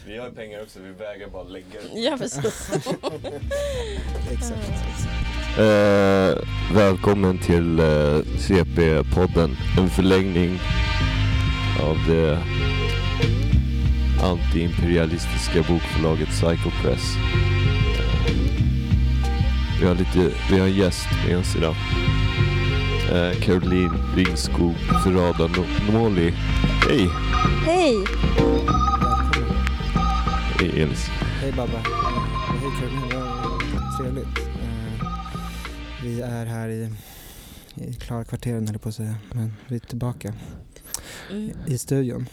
Vi har pengar också, vi vägrar bara lägga det. Ja, precis. Exakt. Välkommen till CP-podden. En förlängning av det anti-imperialistiska bokförlaget Psycho Press. Vi har en gäst med oss idag. Caroline Ringskog Ferrada Noli. Hej! Hej! Hej Elis. Hej Babba. Hej Caroline, vad trevligt. Vi är här i Klarkvarteren, höll på att säga. Men vi är tillbaka i studion.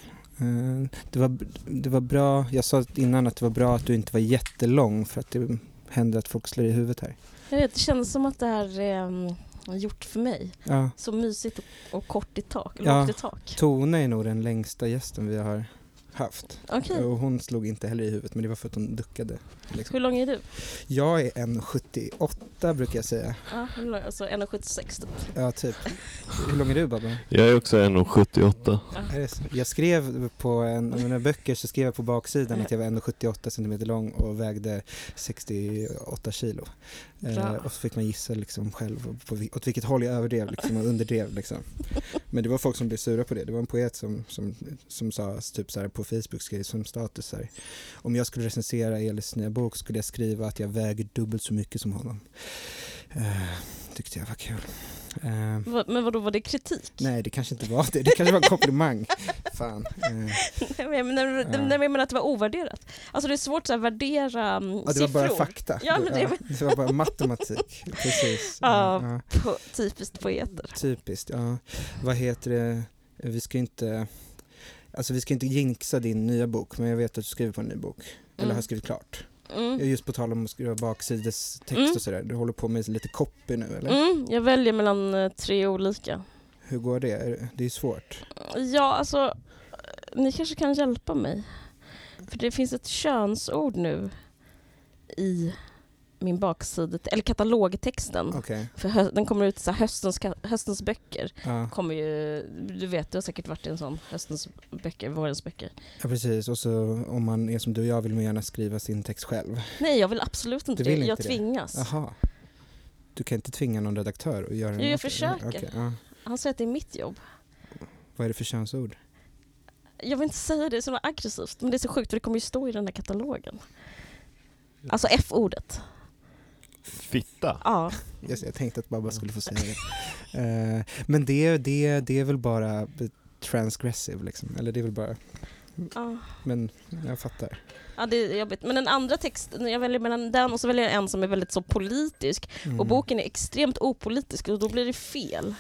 Det var bra. Jag sa innan att det var bra att du inte var jättelång, för att det händer att folk slår i huvudet här. Jag vet, det känns som att det här är gjort för mig. Ja. Så mysigt och kort i tak. Ja. Lågt i tak. Tone är nog den längsta gästen vi har haft. Okej. Och hon slog inte heller i huvudet, men det var för att hon duckade. Liksom. Hur lång är du? Jag är 1,78 brukar jag säga. Ja, alltså 1,76 typ. Ja, typ. Hur lång är du, Babba? Jag är också 1,78. Är det så? Jag skrev på en av mina böcker, så skrev jag på baksidan att jag var 1,78 cm lång och vägde 68 kilo. Och så fick man gissa liksom själv åt vilket håll jag överdrev liksom, och underdrev. Liksom. Men det var folk som blev sura på det. Det var en poet som sa typ så här, på Facebook, skrev som status så här: om jag skulle recensera Elis nya bok skulle jag skriva att jag väger dubbelt så mycket som honom. Tyckte jag var kul. Men vadå, var det kritik? Nej, det kanske inte var det. Det kanske var en komplimang. Fan. Nej, men jag menar att det var ovärderat. Alltså det är svårt att värdera siffror. Det var bara fakta. Ja, men det var bara matematik. Precis. Ja. Typiskt poeter. Typiskt, ja. Vad heter det? Vi ska inte jinxa din nya bok, men jag vet att du skriver på en ny bok. Eller har skrivit klart. Just på tal om att skriva baksides text och sådär. Du håller på med lite copy nu, eller? Jag väljer mellan 3 olika. Hur går det? Det är svårt. Ja, alltså ni kanske kan hjälpa mig. För det finns ett könsord nu i min baksida, eller katalogtexten. Okay. För den kommer ut så här, höstens böcker. Ja. Kommer ju, du vet, du har säkert varit i en sån höstens böcker, vårens böcker. Ja, precis. Och så om man är som du och jag vill man gärna skriva sin text själv. Nej, jag vill absolut inte det. Jag tvingas. Jaha. Du kan inte tvinga någon redaktör att göra det? Jag försöker. Okay, ja. Han säger att det är mitt jobb. Vad är det för könsord? Jag vill inte säga det så aggressivt, men det är så sjukt för det kommer ju stå i den här katalogen. Alltså F-ordet. Fitta? Ja. Jag tänkte att Babba skulle få säga det. Men det är väl bara transgressive liksom. Eller det är väl bara... Ja. Men jag fattar. Ja, det är jobbigt. Men den andra texten, jag väljer mellan den och så väljer jag en som är väldigt så politisk. Och boken är extremt opolitisk och då blir det fel.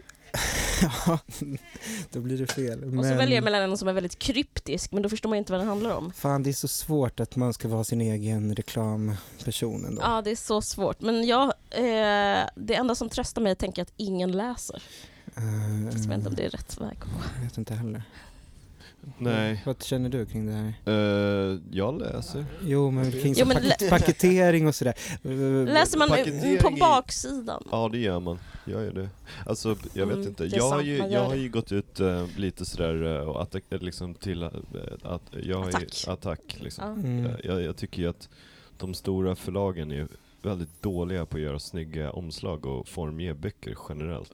Ja, då blir det fel. Och så väljer jag mellan en som är väldigt kryptisk, men då förstår man inte vad den handlar om. Fan, det är så svårt att man ska vara sin egen reklamperson ändå. Ja, det är så svårt. Men det enda som tröstar mig tänker att ingen läser. Fast jag vet inte om det är rätt väg. Jag vet inte heller. Nej. Vad känner du kring det här? Jag läser. Jo, men kring paketering och sådär. Läser man på baksidan? Ja, det gör man. Jag gör det. Alltså, jag vet inte. Jag har ju gått ut lite sådär och liksom till att jag har ju attack liksom. Jag tycker ju att de stora förlagen är väldigt dåliga på att göra snygga omslag och formge böcker generellt.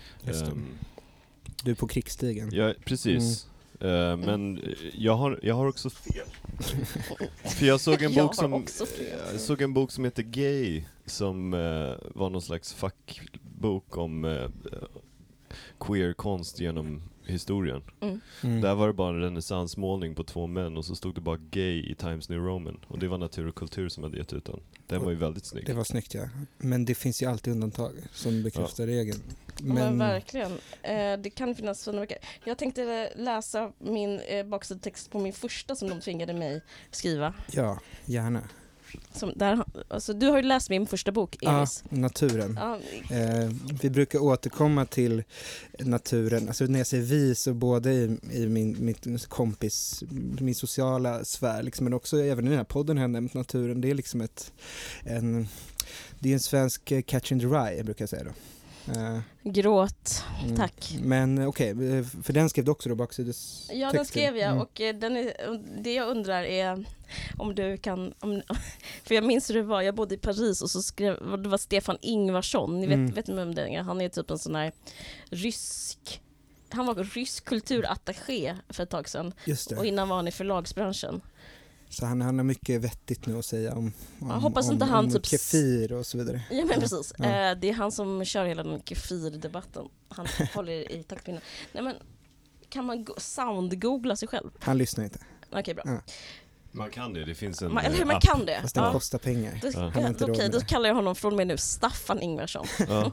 Du är på krigsstigen. Ja, precis. Men jag har också fel. För jag såg en bok som heter Gay, som var någon slags fackbok om queer konst genom historien. Där var det bara en renässansmålning på 2 män och så stod det bara gay i Times New Roman. Och det var Natur och kultur som hade gett ut den. Den var ju väldigt snygg. Det var snyggt, ja. Men det finns ju alltid undantag som bekräftar regeln. Men verkligen. Det kan finnas sådana mycket. Jag tänkte läsa min baksidtext på min första som de tvingade mig skriva. Ja, gärna. Alltså, du har ju läst min första bok, Elis. Ja, naturen. Vi brukar återkomma till naturen. Alltså när jag säger vi, så både i min sociala sfär, liksom, men också även i den här podden har jag nämnt naturen. Det är liksom det är en svensk catch in the rye, brukar jag säga då. Gråt, tack. Men okej, för den skrev du också då baksidestexten? Ja, den skrev jag och det jag undrar är om du kan... för jag minns hur det var, jag bodde i Paris och så skrev, det var Stefan Ingvarsson, ni vet vem det är? Han är typ en sån här han var rysk kulturattaché för ett tag sedan. Just det. Och innan var han i förlagsbranschen. Så han har mycket vettigt nu att säga om hoppas inte han typ kefir och så vidare. Ja, men precis. Ja. Det är han som kör hela den kefir-debatten. Han håller i taktpinnen. Nej, men kan man sound-googla sig själv? Han lyssnar inte. Okej, bra. Ja. Man kan det finns en man kan det. Fast den kostar pengar. Okej, då kallar jag honom från och med nu Staffan Ingvarsson. Ja.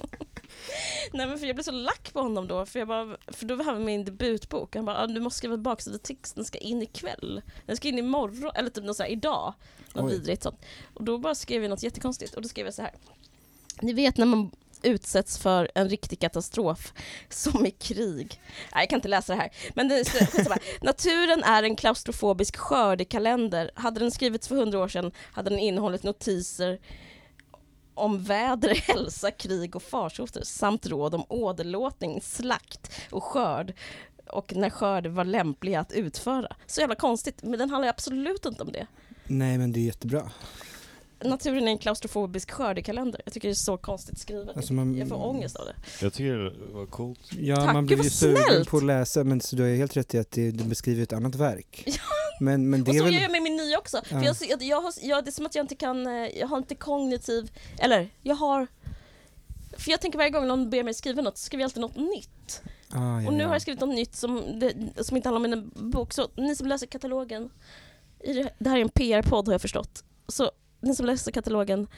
Nej, men för jag blev så lack på honom då, för då var min debutbok. Han bara, du måste skriva baksidetexten, den ska in ikväll. Den ska in imorgon, eller typ något så här idag. Något vidrigt sånt. Och då bara skrev jag något jättekonstigt. Och då skrev jag så här. Ni vet när man utsätts för en riktig katastrof som i krig. Nej, jag kan inte läsa det här. Men det är naturen är en klaustrofobisk skördekalender. Hade den skrivits för 100 år sedan hade den innehållit notiser om väder, hälsa, krig och farsoter samt råd om åderlåtning, slakt och skörd och när skörd var lämpliga att utföra. Så jävla konstigt, men den handlar absolut inte om det. Nej, men det är jättebra. Naturen är en klaustrofobisk skördekalender. Jag tycker det är så konstigt skrivet. Alltså jag får ångest av det. Jag tycker det var coolt. Ja, tack, man blir ju sugen på att läsa, men så du har helt rätt i att du beskriver ett annat verk. Ja. Men det och så är väl... gör jag med min nya också. Ja. För det är som att jag inte kan... Jag har inte kognitiv... Eller, jag har... För jag tänker varje gång någon ber mig skriva något så skriver jag alltid något nytt. Och nu har jag skrivit något nytt som inte handlar om min bok. Så ni som läser katalogen... Det här är en PR-podd har jag förstått. Så ni som läser katalogen...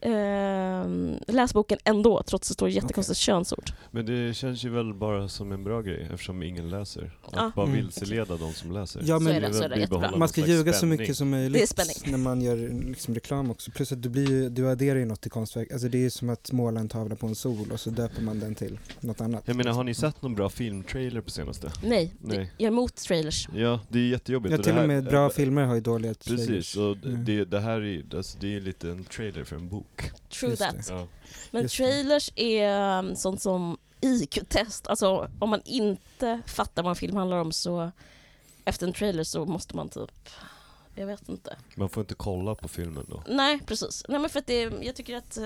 läs boken ändå, trots att det står jättekonstigt könsord. Men det känns ju väl bara som en bra grej eftersom ingen läser. Att bara vilseleda de som läser. Ja, men så är det jättebra. Man ska ljuga så mycket som möjligt när man gör liksom reklam också. Plus att du adderar ju något till konstverk. Alltså det är som att måla en tavla på en sol och så döper man den till något annat. Jag menar, har ni sett någon bra filmtrailer på senaste? Nej. Jag är emot trailers. Ja, det är jättejobbigt. Ja, till och med bra filmer har ju dåliga trailers. Precis, och det här är lite en trailer för en bok. True that. Ja. Men trailers är sånt som IQ-test. Alltså om man inte fattar vad en film handlar om så efter en trailer så måste man typ... Jag vet inte. Man får inte kolla på filmen då? Nej, precis. Nej, men för att jag tycker att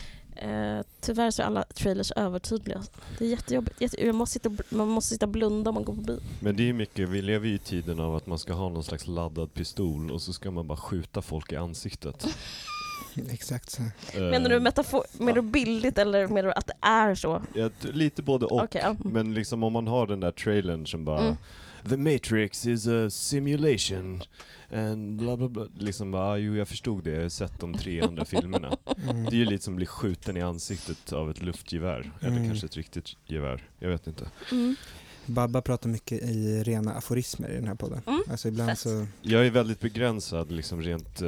tyvärr så är alla trailers övertydliga. Det är jättejobbigt. Man måste sitta och blunda om man går på bio. Men det är mycket, vi lever i tiden av att man ska ha någon slags laddad pistol och så ska man bara skjuta folk i ansiktet. Exakt så. Menar du menar du bildligt eller menar du att det är så? Ja, lite både och. Okay, ja. Men liksom om man har den där trailern som bara The Matrix is a simulation and bla bla bla. Liksom bara, jag förstod det. Jag har sett de 300 filmerna. Det är ju lite som att bli skjuten i ansiktet av ett luftgevär. Eller kanske ett riktigt gevär. Jag vet inte. Babba pratar mycket i rena aforismer i den här podden. Alltså ibland så... Jag är väldigt begränsad liksom rent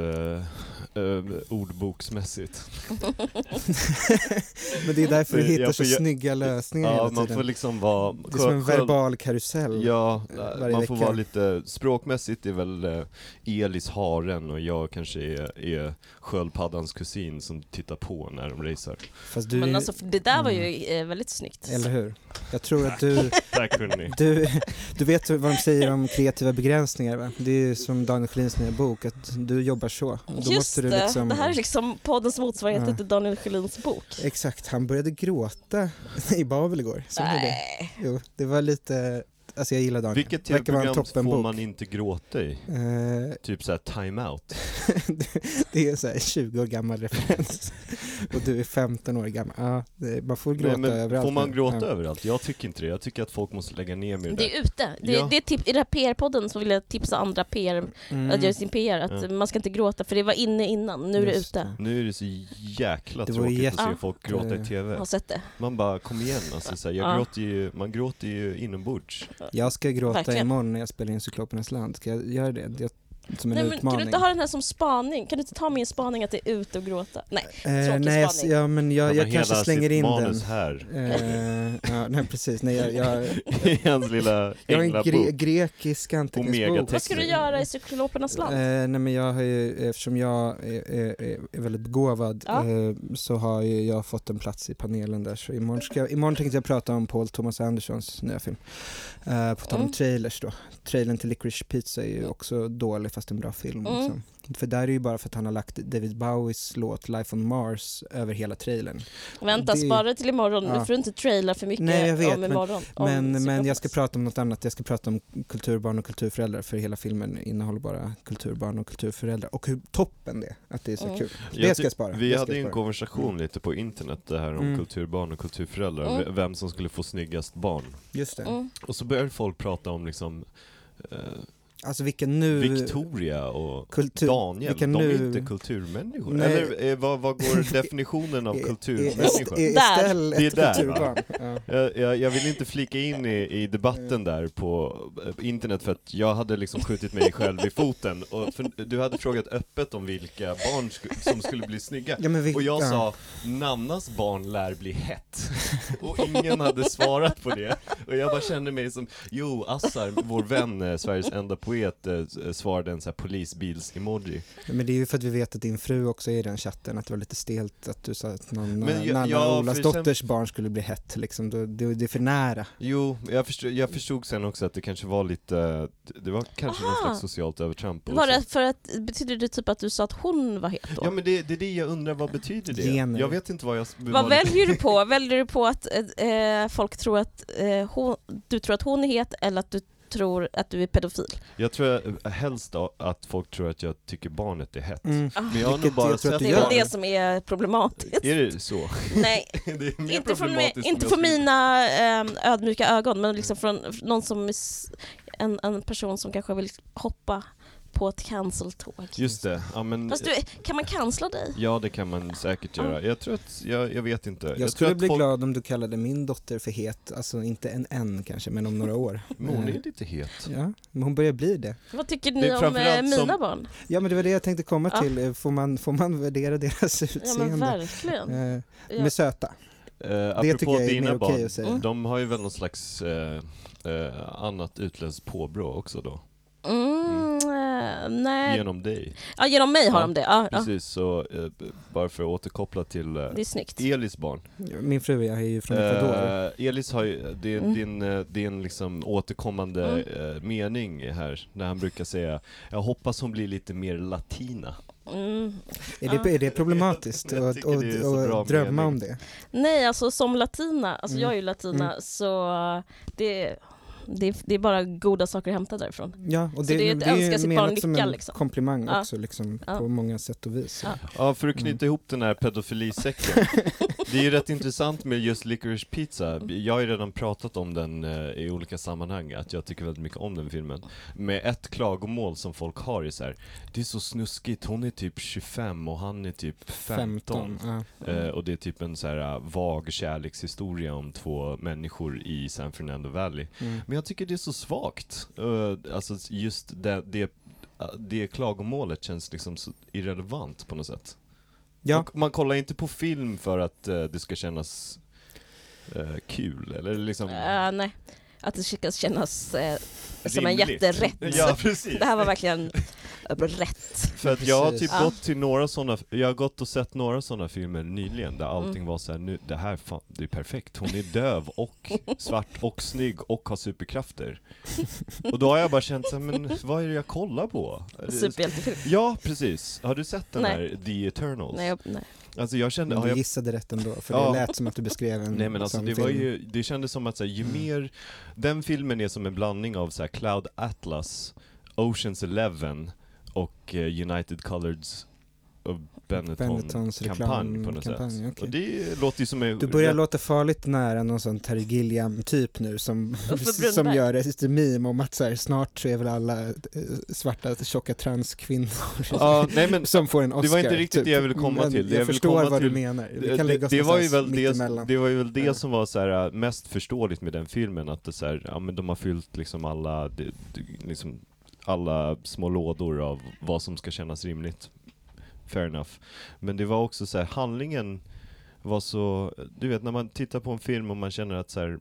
ordboksmässigt. Men det är därför du hittar så snygga lösningar hela tiden. Man får liksom vara... Det är som en verbal karusell. Ja, man får vecka. vara lite... Språkmässigt är väl Elis haren och jag kanske är sköldpaddans kusin som tittar på när de racear. Fast men alltså, det där var ju väldigt snyggt. Eller hur? Jag tror att du... Tack för ni. Du vet vad de säger om kreativa begränsningar, va? Det är som Daniel Sjölins nya bok, att du jobbar så. Då just måste du det, liksom... det här är liksom poddens motsvarighet till Daniel Sjölins bok. Exakt, han började gråta i Babel igår. Nej. Jo, det var lite... Alltså jag gillar Daniel. Vilket tv-program får man inte gråta i? Typ såhär Time Out. Det är såhär 20 år gammal referens. Och du är 15 år gammal. Ja, man får gråta överallt. Får man gråta överallt? Jag tycker inte det. Jag tycker att folk måste lägga ner med det. Det är ute. Det är i den här PR-podden så vill jag tipsa andra PR att göra sin PR. Att man ska inte gråta för det var inne innan. Nu är det ute. Nu är det så jäkla tråkigt att se folk gråta i tv. Har sett det. Man bara, kom igen. Alltså, såhär, man gråter ju inombords. Jag ska gråta verkligen. imorgon när jag spelar in Cyklopernas land. Ska jag göra det? som en Nej, utmaning. men kan du inte ha den här som spaning? Kan du inte ta min spaning att det är ut och gråta? Nej, tråkig nej, spaning. ja, men jag kanske slänger in den. Här. Ja, nej, precis. Nej, jag I hans lilla jag har en änglabok. grekisk anteckningsbok. Vad ska du göra i Cyklopernas land? Nej, men jag har ju, eftersom jag är väldigt begåvad så har ju jag fått en plats i panelen där. Så imorgon tänkte jag prata om Paul Thomas Andersons nya film. På tal om trailers då. Trailern till Licorice Pizza är ju också dålig fast en bra film. Liksom. För där är ju bara för att han har lagt David Bowies låt Life on Mars över hela trailern. Vänta, spara till imorgon. Du får inte traila för mycket. Nej, jag vet, om imorgon. Men jag ska prata om något annat. Jag ska prata om kulturbarn och kulturföräldrar, för hela filmen innehåller bara kulturbarn och kulturföräldrar. Och hur toppen det är, att det är så kul. Det ska jag spara. Vi hade en konversation lite på internet det här om kulturbarn och kulturföräldrar. Vem som skulle få snyggast barn. Just det. Och så började folk prata om liksom... Alltså vilken nu... Victoria och Daniel, de är inte kulturmänniskor. Nej. Eller vad går definitionen av kulturmänniskor? Det är där, jag vill inte flika in i debatten där på internet, för att jag hade liksom skjutit mig själv i foten. Och du hade frågat öppet om vilka barn som skulle bli snygga. Och jag sa, Nannas barn lär bli hett. Och ingen hade svarat på det. Och jag bara kände mig som, Assar, vår vän, Sveriges enda poet, svarade en så här polisbils-emoji. Men det är ju för att vi vet att din fru också är i den chatten, att det var lite stelt att du sa att Olas dotters barn skulle bli hett liksom. Det är för nära. Jo, jag förstod sen också att det kanske var lite, det var kanske något slags socialt övertramp. Var det för att, betyder det typ att du sa att hon var het då? Ja, men det är det jag undrar, vad betyder det? Gener. Jag vet inte vad jag... Vad väljer du på? Väljer du på att folk tror att du tror att hon är het, eller att du tror att du är pedofil? Jag tror helst att folk tror att jag tycker barnet är hett. Men jag har nog bara sett det är det som är problematiskt. Är det så? Nej, det är mer inte från mina ödmjuka ögon, men liksom från någon som en person som kanske vill hoppa på ett cancel-tåg. Just det. Ja, men... Fast kan man cancella dig? Ja, det kan man säkert göra. Jag tror att, jag vet inte. Jag skulle bli glad om du kallade min dotter för het. Alltså inte en kanske, men om några år. Men hon är lite het. Ja, men hon börjar bli det. Vad tycker ni om mina barn? Ja, men det var det jag tänkte komma till. Får man värdera deras utseende? Ja, men verkligen. Med söta. Det tycker jag är dina barn, okej att säga. De har ju väl någon slags annat utländskt påbrå också då. Nej. Genom dig. Ja, genom mig har de det. Ja, precis, så bara för att återkoppla till det är snyggt. Elis barn. Min fru är ju från Ecuador. Elis har ju, det är en liksom återkommande mening här, när han brukar säga, jag hoppas hon blir lite mer latina. Är det problematiskt att drömma om det? Nej, alltså som latina, alltså jag är ju latina, så det är bara goda saker att hämta därifrån. Ja, och det är önska sitt barn lycka, som en komplimang också liksom, på många sätt och vis. Ja, för att knyta ihop den här pedofilisäcken. Det är ju rätt intressant med just Licorice Pizza. Jag har ju redan pratat om den i olika sammanhang, att jag tycker väldigt mycket om den filmen. Med ett klagomål som folk har i så här: det är så snuskigt, hon är typ 25 och han är typ 15. Och det är typ en så här vag kärlekshistoria om två människor i San Fernando Valley. Men jag tycker det är så svagt. Alltså just det klagomålet känns liksom så irrelevant på något sätt. Ja. Man kollar inte på film för att det ska kännas kul, eller liksom... nej, att det ska kännas som en jätterätt. Ja, precis. Det här var verkligen rätt. För att jag har typ gått till jag har gått och sett några sådana filmer nyligen där allting var så här, nu, det här det är perfekt. Hon är döv och svart och snygg och har superkrafter. Och då har jag bara känt så här, men vad är det jag kollar på? Superhjältefilm. Ja, precis. Har du sett den här The Eternals? Nej. Alltså jag kände, men du gissade rätt ändå, för det lät som att du beskrev en. Nej, men alltså det film. Det kändes som att så här, ju mer den filmen är som en blandning av så här, Cloud Atlas, Ocean's 11 och United Colors of Benettons kampanj på något sätt. Okay. Och det låter ju som du börjar låta farligt nära någon sån Terry Gilliam-typ nu som gör ett meme om att så här, snart så är väl alla svarta tjocka transkvinnor som får en Oscar. Det var inte riktigt det jag ville komma till. Jag förstår vad du menar. Vi kan lägga oss det var ju väl det som var så här, mest förståeligt med den filmen, att det så här, ja, men de har fyllt liksom alla liksom alla små lådor av vad som ska kännas rimligt. Fair enough. Men det var också så här, handlingen var så, du vet när man tittar på en film och man känner att så här,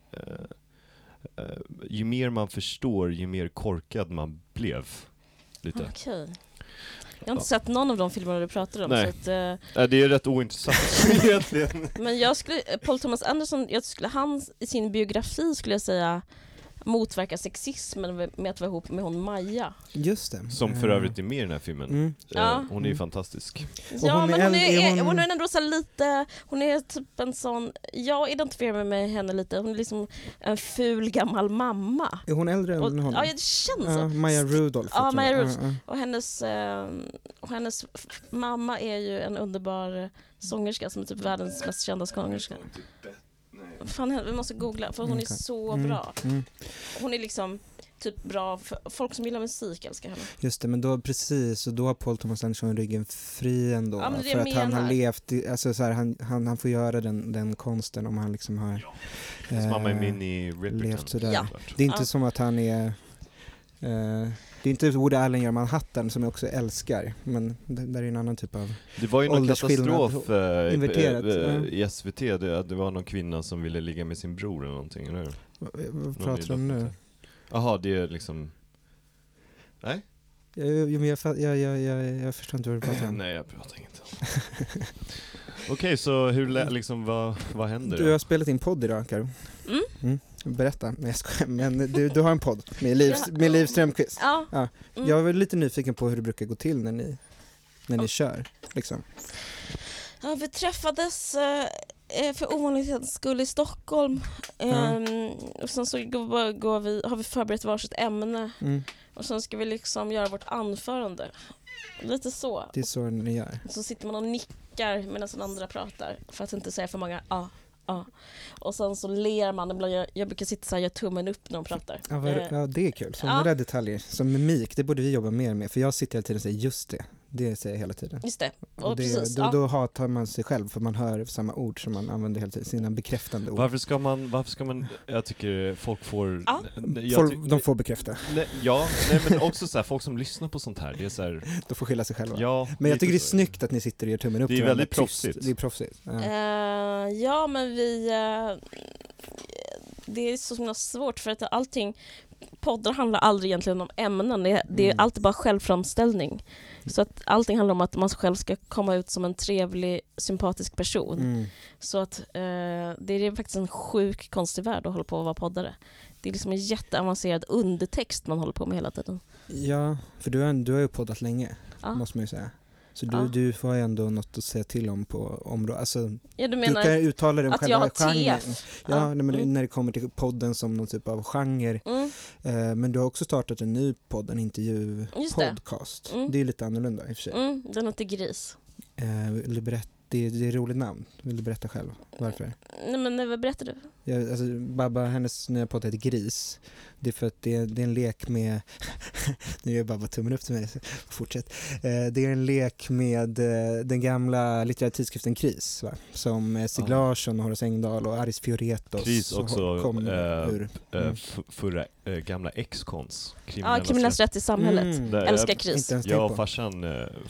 ju mer man förstår, ju mer korkad man blev. Lite. Okej. Jag har inte sett någon av de filmerna du pratar om. Nej. Så att, Det är rätt ointressant egentligen. men Paul Thomas Anderson, han i sin biografi skulle jag säga motverkar sexismen med att vara ihop med hon Maja. Just det. Som för övrigt är med i den här filmen. Hon är ju fantastisk. Ja, men hon är ändå så lite, hon är typ en sån, jag identifierar mig med henne lite, hon är liksom en ful gammal mamma. Är hon äldre än honom? Ja, det känns så. Maja Rudolph. Ja, Maja Rudolph. Och hennes mamma är ju en underbar sångerska som är typ världens mest kända sångerska. Fan, vi måste googla för hon är så bra. Hon är liksom typ bra för folk som gillar musik, älskar henne. Just det, men då precis, och då har Paul Thomas Anderson ryggen fri ändå, ja, för att han har levt alltså så här, han får göra den konsten om han liksom har mamma är min i levt sådär. Ja. Det är inte som att han är det är inte Woody Allen gör Manhattan som jag också älskar, men det där är en annan typ av. Det var ju någon katastrof i SVT, det var någon kvinna som ville ligga med sin bror eller någonting, eller? Vad pratar du om nu? Jaha, det är liksom. Nej? Jag förstår inte vad du pratar om. Nej, jag pratar inte. Okej, så hur liksom vad händer? Du har spelat in podd idag, Karo. Berätta. Nej, jag skojar. Men du har en podd med Liv Strömquist. Ja. Jag var lite nyfiken på hur det brukar gå till när ni kör liksom. Ja, vi träffades för ovanlighetens skull i Stockholm. Och sen så har vi förberett varsitt ämne. Och sen ska vi liksom göra vårt anförande. Lite så. Det är så ni gör. Så sitter man och nickar medan den andra pratar. För att inte säga för många och sen så ler man. Jag brukar sitta så här och göra tummen upp när de pratar. Ja, det är kul. Sådana där detaljer. Som mimik, det borde vi jobba mer med. För jag sitter hela tiden och säger just det. Det säger jag hela tiden. Just det. Och precis, då hatar man sig själv för man hör samma ord som man använder hela tiden, sina bekräftande ord. Varför ska man jag tycker folk får de får bekräfta. Men också så här, folk som lyssnar på sånt här, det är så här, de får skylla sig själva. Ja, men jag tycker det är snyggt att ni sitter och gör tummen upp. Det är väldigt proffsigt. Det är proffsigt. Ja, men det är så himla svårt för att poddar handlar aldrig egentligen om ämnen. Det är alltid bara självframställning. Så att allting handlar om att man själv ska komma ut som en trevlig, sympatisk person. Så att det är faktiskt en sjuk, konstig värld att hålla på att vara poddare. Det är liksom en jätteavancerad undertext man håller på med hela tiden. Ja, för du har ju poddat länge, måste man ju säga. Så du får ju ändå något att säga till om på området. Alltså, ja, du menar kan uttala dig om att jag har genren. Ja, men när det kommer till podden som någon typ av genre. Men du har också startat en ny podd, en intervju-podcast. Det är lite annorlunda i och för sig. Den heter Gris. Det är ett roligt namn. Vill du berätta själv? Varför? Nej, men vad berättar du? Ja, alltså, Babba, hennes nya podd heter Gris. Det är för att det är en lek med nu gör Babba tummen upp till mig, fortsätt. Det är en lek med den gamla litteraturtidskriften Kris, va? Som Stig Larsson, Horace Engdahl och Aris Fioretos. Kris också förra gamla ex-kons. Kriminellas rätt i samhället. Älskar Kris. Jag och farsan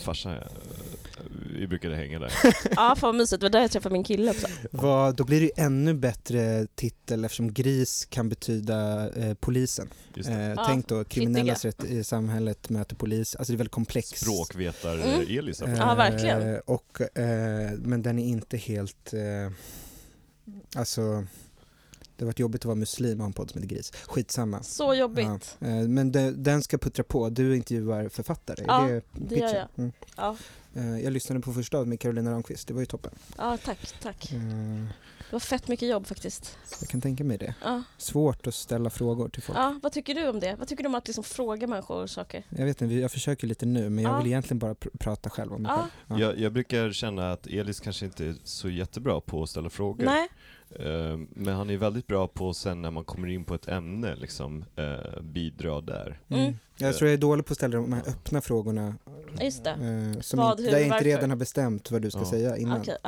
vi brukade hänga där. Ja, fan mysigt. Det var där jag träffade min kille också. Då blir det ännu bättre titel eftersom gris kan betyda polisen. Tänk då, kriminellas rätt i samhället möter polis. Alltså det är väldigt komplext. Språkvetar Elisa. Ja, verkligen. Men den är inte helt alltså det har varit jobbigt att vara muslim och ha en podd som heter Gris. Skitsamma. Så jobbigt. Ja. Men den ska puttra på. Du intervjuar författare. Ja, det gör jag. Ja. Jag lyssnade på första med Carolina Ramqvist. Det var ju toppen. Ja, tack. Det var fett mycket jobb faktiskt. Jag kan tänka mig det. Ja. Svårt att ställa frågor till folk. Ja, vad tycker du om det? Vad tycker du om att liksom fråga människor saker? Jag vet inte, jag försöker lite nu, men jag vill egentligen bara prata själv om mig själv. Ja. Jag brukar känna att Elis kanske inte är så jättebra på att ställa frågor. Nej. Men han är väldigt bra på sen när man kommer in på ett ämne liksom bidra där. Jag tror jag är dålig på att ställa de här öppna frågorna. Just det. Där jag inte redan har bestämt vad du ska säga innan. Okay,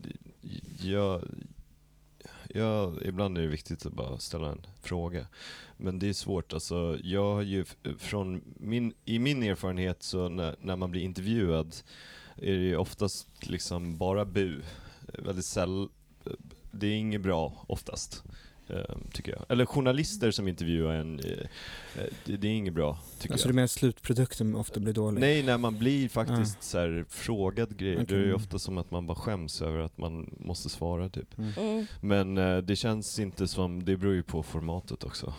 ibland är det viktigt att bara ställa en fråga. Men det är svårt, alltså jag har ju i min erfarenhet så när man blir intervjuad är det ju oftast liksom bara väldigt det är inget bra oftast. Tycker jag. Eller journalister som intervjuar en, det är inget bra, tycker alltså jag. du menar slutprodukten ofta blir dålig? Nej, när man blir faktiskt så här frågad grejer, det är ju ofta som att man bara skäms över att man måste svara typ. Men det känns inte som, det beror ju på formatet också.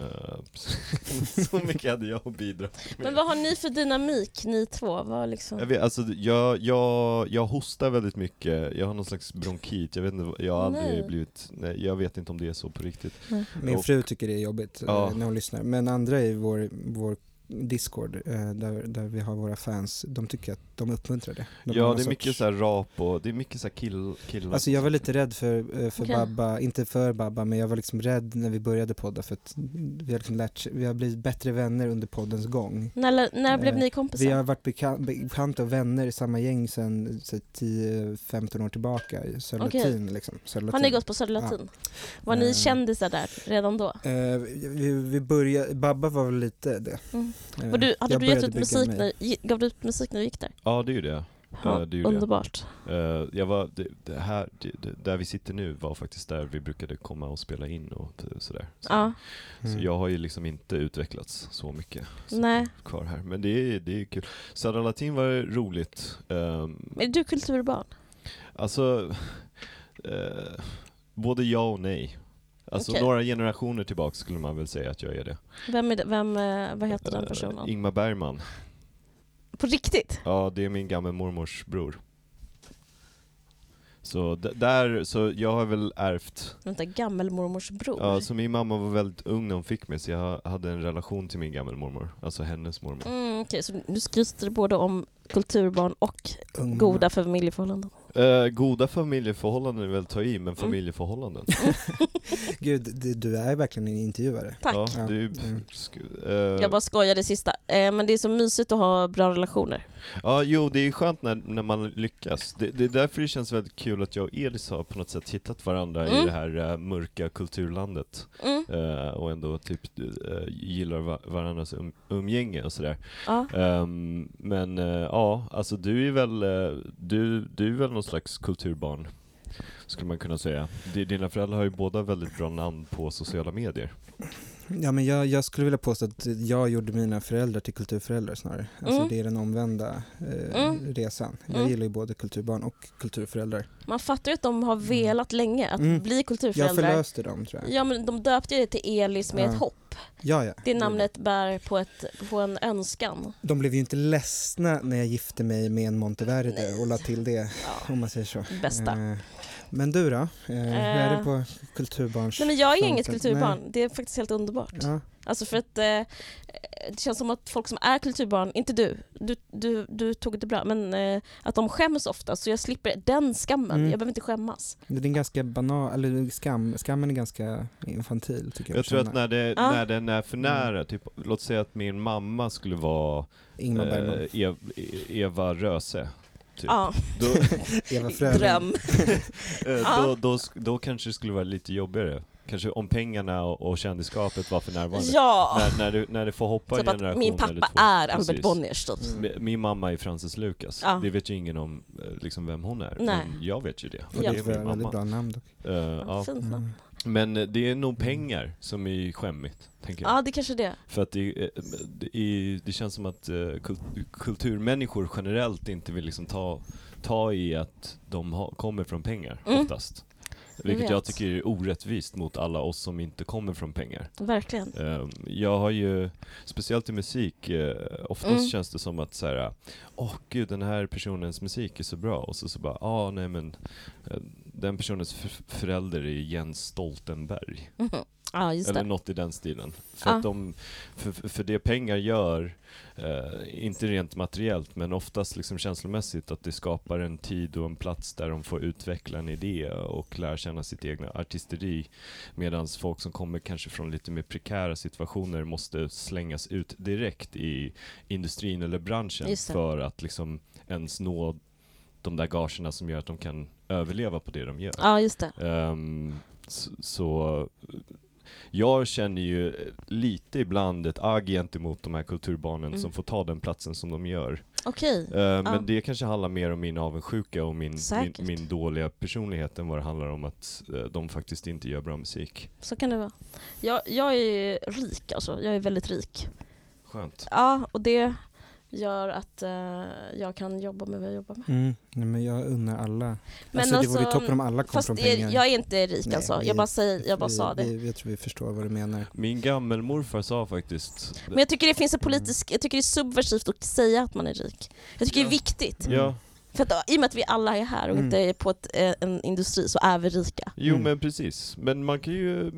Så mycket hade jag att bidra med. Men vad har ni för dynamik, ni två? Vad liksom? Jag vet, alltså jag hostar väldigt mycket. Jag har någon slags bronkit. Jag vet inte, jag har aldrig blivit, nej, jag vet inte om det är så på riktigt. Min fru tycker det är jobbigt när hon lyssnar. Men andra i vår Discord där vi har våra fans, de tycker att de uppmuntrar det. Det är mycket så här rap och det är mycket så här killar. Alltså jag var lite rädd för Babba, inte för Babba, men jag var liksom rädd när vi började podda för att vi har blivit bättre vänner under poddens gång. När blev ni kompisar? Vi har varit bekanta och vänner i samma gäng sedan 10-15 år tillbaka i Söderlatin. Liksom. Har ni gått på Söderlatin? Ja. Var ni kändisar där redan då? Vi började, Babba var väl lite det. Gav du ut musik när du gick där? Ja, det är ju det. Ja, underbart. Där vi sitter nu var faktiskt där vi brukade komma och spela in och sådär. Så jag har ju liksom inte utvecklats så mycket kvar här. Men det är kul. Söderlatin var roligt. Är du kulturbarn? Alltså, både ja och nej. Alltså några generationer tillbaka skulle man väl säga att jag är det. Vad heter den personen? Ingmar Bergman. På riktigt? Ja, det är min gamla mormors bror. Så så jag har väl ärvt... Vänta, gammelmormors bror? Ja, så min mamma var väldigt ung när hon fick mig, så jag hade en relation till min gammelmormor. Alltså hennes mormor. Okej, så du skryter både om kulturbarn och goda familjeförhållanden? Goda familjeförhållanden är väl ta i, men familjeförhållanden. Gud, du är verkligen en intervjuare. Tack. Ja, jag bara skojar det sista. Men det är så mysigt att ha bra relationer. Ja, jo, det är skönt när man lyckas. Det är därför det känns väldigt kul att jag och Elis har på något sätt hittat varandra i det här mörka kulturlandet. Och ändå typ gillar varandras umgänge och sådär. Men alltså du är väl någon slags kulturbarn, skulle man kunna säga. Dina föräldrar har ju båda väldigt bra namn på sociala medier. Ja, men jag skulle vilja påstå att jag gjorde mina föräldrar till kulturföräldrar snarare. Alltså det är den omvända resan. Jag gillar ju både kulturbarn och kulturföräldrar. Man fattar ju att de har velat länge att bli kulturföräldrar. Jag förlöste dem, tror jag. Ja, men de döpte ju det till Elis med ett hopp. Ja. Det namnet bär på en önskan. De blev ju inte ledsna när jag gifte mig med en Monteverde och la till det, om man säger så. Bästa. Men du då? Hur är det på kulturbarns? Nej, men jag är inget kulturbarn. Nej. Det är faktiskt helt underbart. Ja. Alltså för att det känns som att folk som är kulturbarn, inte du tog det bra, men att de skäms ofta, så jag slipper den skammen. Jag behöver inte skämmas. Det är ganska banal, eller skammen är ganska infantil, tycker jag. Jag tror att när den är för nära, typ, låt säga att min mamma skulle vara Eva Röse. Typ. Ja. Dröm. Då kanske det skulle vara lite jobbigare. Kanske om pengarna och kändisskapet var för närvarande. Ja. När det får hoppa typ en generation. Min pappa eller två. Är Albert Bonniers typ. Min mamma är Frances Lucas. Ja. Det vet ju ingen om liksom vem hon är. Nej. Men jag vet ju det. Och det är min mamma. Väldigt bra namn dock. Men det är nog pengar som är skämmigt, tänker jag. Ja, det kanske det. För att det känns som att kulturmänniskor generellt inte vill liksom ta i att de kommer från pengar oftast. Vilket jag tycker är orättvist mot alla oss som inte kommer från pengar. Verkligen. Jag har ju, speciellt i musik, oftast känns det som att så här, gud, den här personens musik är så bra. Och så bara, nej men den personens förälder är Jens Stoltenberg. Ja, just eller något i den stilen. För att för det pengar gör, inte rent materiellt, men oftast liksom känslomässigt, att det skapar en tid och en plats där de får utveckla en idé och lära känna sitt egna artisteri, medan folk som kommer kanske från lite mer prekära situationer måste slängas ut direkt i industrin eller branschen för att liksom ens nå de där gagerna som gör att de kan överleva på det de gör. Ja, just det. Så jag känner ju lite ibland ett agg gentemot de här kulturbarnen som får ta den platsen som de gör. Okej. Men det kanske handlar mer om min avundsjuka och min dåliga personlighet än vad det handlar om att de faktiskt inte gör bra musik. Så kan det vara. Jag är rik alltså, jag är väldigt rik. Skönt. Ja, och det gör att jag kan jobba med vad jag jobbar med. Nej, men jag unnar alla. Men alltså, det vore toppen om alla kom från pengar. Jag är inte rik. Nej, alltså. Jag bara sa det. Jag tror vi förstår vad du menar. Min gammelmorfar sa faktiskt... Men jag tycker det finns en politisk... Jag tycker det är subversivt att säga att man är rik. Jag tycker det är viktigt. Ja. För att, i och med att vi alla är här och inte är på en industri så är vi rika. Jo men precis. Men man kan ju...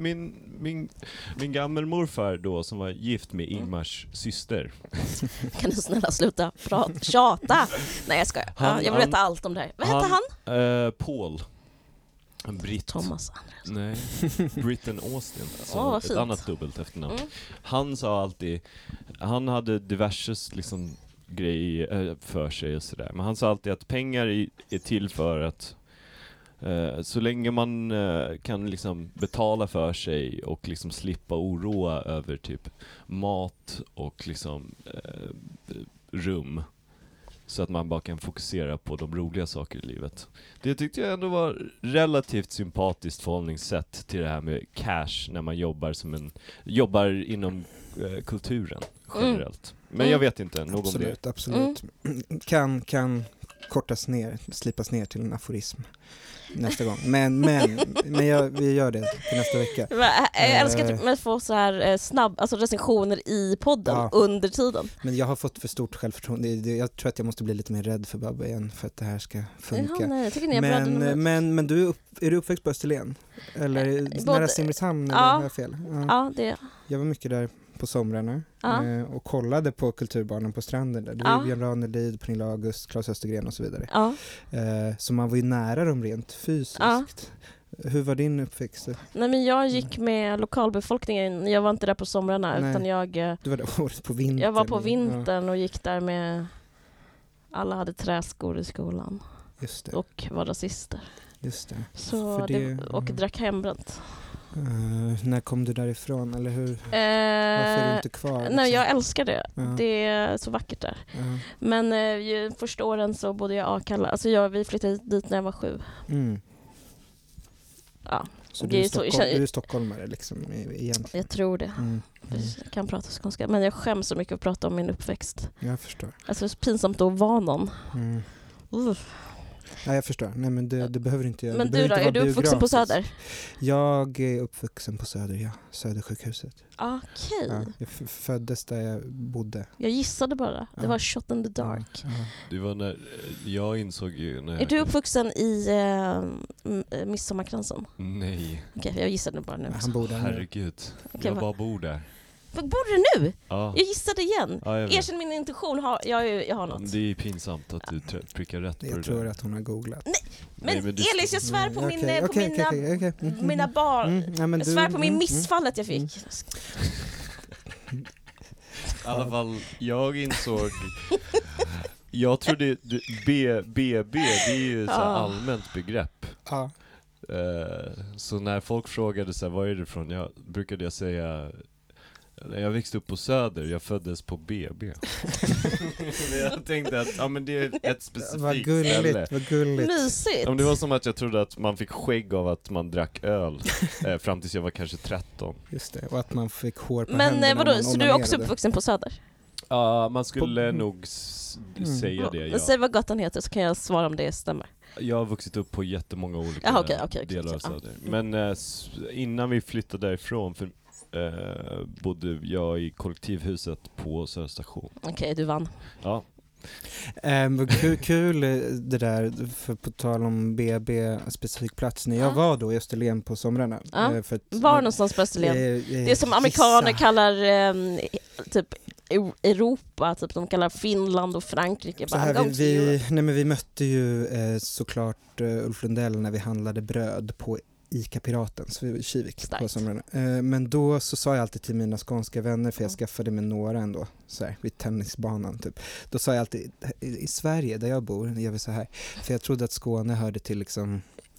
Min gammelmorfar då som var gift med Ingmars syster. Kan du snälla sluta tjata? Nej jag skojar. Jag vill veta allt om det här. Vad heter han? Paul. En britt. Thomas Andres. Nej, Britton Austin. Alltså ett annat dubbelt efternamn. Han sa alltid... Han hade diverse liksom grejer för sig och sådär. Men han sa alltid att pengar är till för att så länge man kan liksom betala för sig och liksom slippa oroa över typ mat och liksom rum, så att man bara kan fokusera på de roliga saker i livet. Det tyckte jag ändå var relativt sympatiskt förhållningssätt till det här med cash när man jobbar inom kulturen generellt. Men jag vet inte nog om det. Absolut. Kan kortas ner, slipas ner till en aforism nästa gång. Men vi gör det till nästa vecka. Jag älskar att få så här alltså recensioner i podden under tiden. Men jag har fått för stort självförtroende. Jag tror att jag måste bli lite mer rädd för Babba igen för att det här ska funka. Ja, nej, jag tycker ni är men du är du uppväxt på Österlen? Eller nära Simrishamn? Eller har jag fel? Ja, det är jag var mycket där på somrarna och kollade på Kulturbarnen på stranden där. Det var Björn Ranelid, Pernilla August, Claes Östergren och så vidare. Så man var ju nära dem rent fysiskt. Hur var din uppväxt? Nej, men jag gick med lokalbefolkningen. Jag var inte där på somrarna. Nej. Utan du var där året på vintern. Jag var på vintern och gick där med... Alla hade träskor i skolan. Just det. Och var rasister. Just det. Så och drack hembränt. När kom du därifrån? Eller hur? Varför är du inte kvar? Liksom? Nej, jag älskar det. Det är så vackert där. Men första åren så bodde jag i Akalla. Alltså vi flyttade dit när jag var 7. Ja. Så du är stockholmare liksom egentligen? Jag tror det. Jag kan prata skånska. Men jag skäms så mycket att prata om min uppväxt. Jag förstår. Alltså det är pinsamt att vara någon. Ja, jag förstår. Nej, men det behöver inte göra. Men du då? Är du uppvuxen på Söder? Jag är uppvuxen på Söder, ja. Södersjukhuset. Okej. Ja, jag föddes där jag bodde. Jag gissade bara. Det var shot in the dark. Det var när jag insåg ju... Är du uppvuxen i Midsommarkransen? Nej. Okej, jag gissade bara nu. Han bor där. Herregud. Jag bara bor där. Bor du nu? Ja. Jag gissade igen. Ja, Erkänn min intuition, jag har något. Det är pinsamt att du prickar rätt på det. Jag tror att hon har googlat. Men Elis, jag svär på mina barn. Jag svär på min missfallet jag fick. I alla fall, jag insåg... Jag trodde BB, det är ju så allmänt begrepp. Så när folk frågade så här, vad är det från? Brukade jag säga... Jag växte upp på Söder, jag föddes på BB. Jag tänkte att men det är ett specifikt ställe. Vad gulligt. Mysigt. Det var som att jag trodde att man fick skägg av att man drack öl fram tills jag var kanske 13. Just det, och att man fick hår på händerna. Men vadå, så du är också uppvuxen på Söder? Ja, man skulle nog säga det, ja. Säg vad gatan heter så kan jag svara om det stämmer. Jag har vuxit upp på jättemånga olika delar av Söder. Men innan vi flyttade därifrån bodde jag i kollektivhuset på Söderstation. Okej, du vann. Ja. Kul det där, för på tal om BB specifik plats. När jag var då i Österlen på somrarna. Var någonstans på Österlen? Det som amerikaner kallar typ Europa, typ de kallar Finland och Frankrike. Så här, vi mötte ju såklart Ulf Lundell när vi handlade bröd på Ica Piraten, så vi var i Kivik på somrarna. Men då så sa jag alltid till mina skånska vänner, för jag skaffade med några ändå, så här, vid tennisbanan typ. Då sa jag alltid, i Sverige där jag bor, gör vi så här. För jag trodde att Skåne hörde till liksom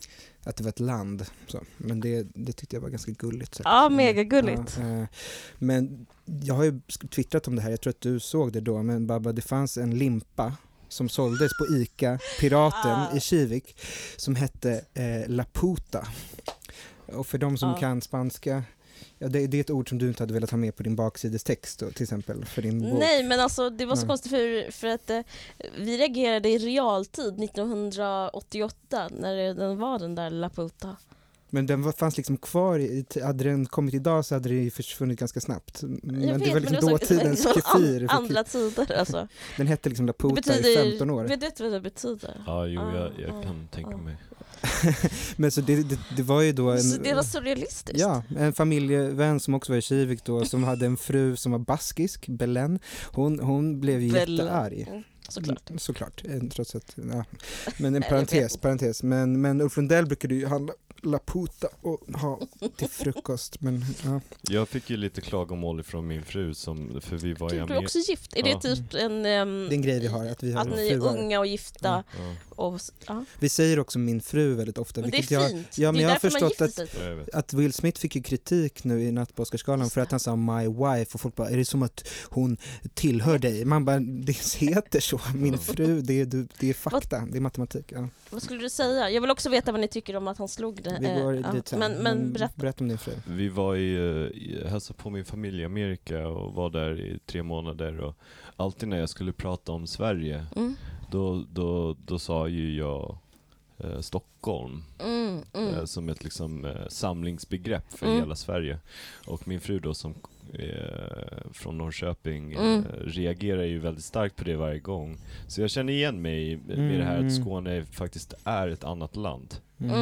att det var ett land. Så. Men det tyckte jag var ganska gulligt. Så. Ja, mega gulligt. Ja, men jag har ju twittrat om det här, jag tror att du såg det då, men Babba, det fanns en limpa som såldes på ICA Piraten i Kivik som hette Laputa. Och för de som kan spanska, det är ett ord som du inte hade velat ha med på din baksidestext då, till exempel för din bok. Nej, men alltså det var så konstigt för att vi reagerade i realtid 1988 när den var den där Laputa. Men den fanns liksom kvar, hade den kommit idag så hade det försvunnit ganska snabbt. Men det var liksom dåtidens kefir. Andra tider alltså. Den hette liksom Laputa i 15 år. Vet du vad det betyder? Ja, jag kan tänka mig. Men så det var ju då så det var surrealistiskt. Ja, en familjevän som också var i Kivik då, som hade en fru som var baskisk, Belen. Hon blev ju jättearg. Såklart. Trots att, men en parentes. Men Ulf Lundell brukade ju handla Laputa och ha till frukost. Men, Jag fick ju lite klagomål från min fru för vi var du är också gift. Är det typ en... det är en grej vi har. Att ni är unga och gifta. Och, vi säger också min fru väldigt ofta. Men det är fint. Men jag har förstått att Will Smith fick ju kritik nu i Natt på Oscarsgalan för att han sa my wife och folk bara, är det som att hon tillhör dig? Man bara, det heter så. Min fru, det är fakta. Det är matematik. Ja. Vad skulle du säga? Jag vill också veta vad ni tycker om att han slog det. Vi går dit sen. Men berätta om din fru. Vi var hälsade på min familj i Amerika och var där i 3 månader och alltid när jag skulle prata om Sverige då sa ju jag Stockholm som ett liksom samlingsbegrepp för hela Sverige. Och min fru då som från Norrköping reagerar ju väldigt starkt på det varje gång. Så jag känner igen mig med det här att Skåne faktiskt är ett annat land.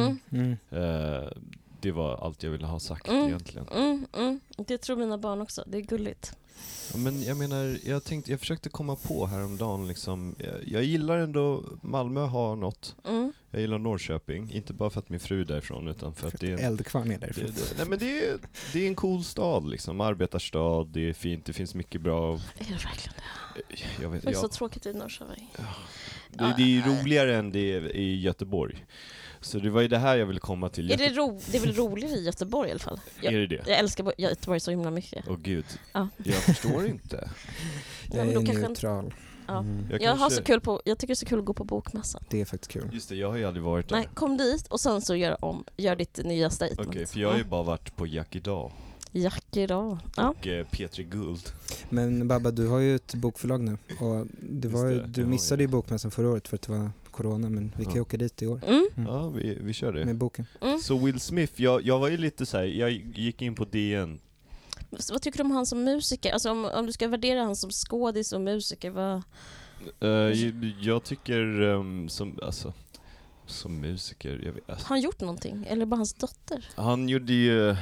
Det var allt jag ville ha sagt egentligen. Det tror mina barn också. Det är gulligt. Men jag menar, jag försökte komma på häromdagen liksom, jag gillar ändå Malmö har något. Jag gillar Norrköping, inte bara för att min fru är därifrån utan för att det är Eldkvarn är därifrån. Nej, men det är en cool stad liksom, arbetarstad, det är fint, det finns mycket bra. Är det verkligen det? Det är så tråkigt i Norrköping. Det är roligare än det är i Göteborg. Så det var ju det här jag ville komma till. Det är väl roligare i Göteborg i alla fall. Är det? Jag älskar Göteborg så himla mycket. Åh gud, jag förstår inte. Jag är neutral. Jag tycker det är så kul att gå på bokmässan. Det är faktiskt kul. Just det, jag har ju aldrig varit där. Nej, kom dit och sen så gör ditt nya statement. Okej, för jag har ju bara varit på Jack idag. Och Petri Guld. Men Babba, du har ju ett bokförlag nu och du missade ju bokmässan förra året för att det var corona, men vi kan ju åka dit i år. Ja, vi kör det. Med boken. Så Will Smith, jag var ju lite så här, jag gick in på DN. Vad tycker du om han som musiker? Alltså om du ska värdera han som skådis och musiker, jag tycker som musiker, jag vet. Har han gjort någonting? Eller bara hans dotter? Han gjorde ju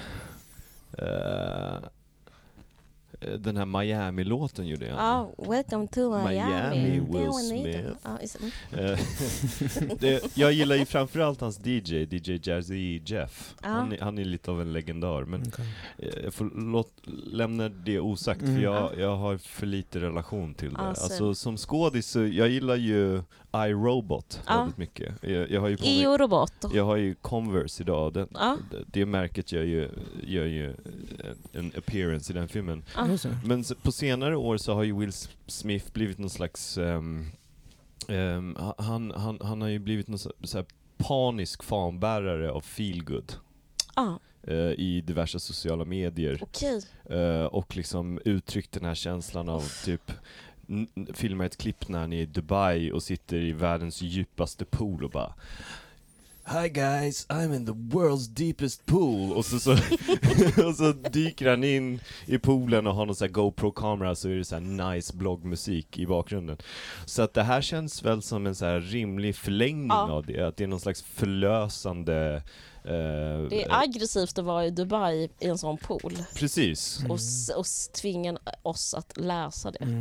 den här Miami-låten gjorde han. Welcome to Miami. Will Smith. Jag gillar ju framförallt hans DJ Jazzy Jeff. Han är lite av en legendar, men jag får lämna det osagt för jag har för lite relation till det. Alltså som skådis så jag gillar ju iRobot väldigt mycket. Jag har ju jag har ju Converse idag. Det märket gör ju en appearance i den filmen. Men på senare år så har ju Will Smith blivit någon slags han har ju blivit någon så här panisk fanbärare av feelgood i diverse sociala medier. Och liksom uttryckt den här känslan av typ filma ett klipp när han är i Dubai och sitter i världens djupaste pool och bara Hi guys, I'm in the world's deepest pool. Och så dyker han in i poolen och har någon sån här GoPro-kamera, så är det så här nice bloggmusik i bakgrunden. Så att det här känns väl som en så här rimlig förlängning av det. Att det är någon slags förlösande... det är aggressivt att vara i Dubai i en sån pool. Precis. Och tvinga oss att läsa det.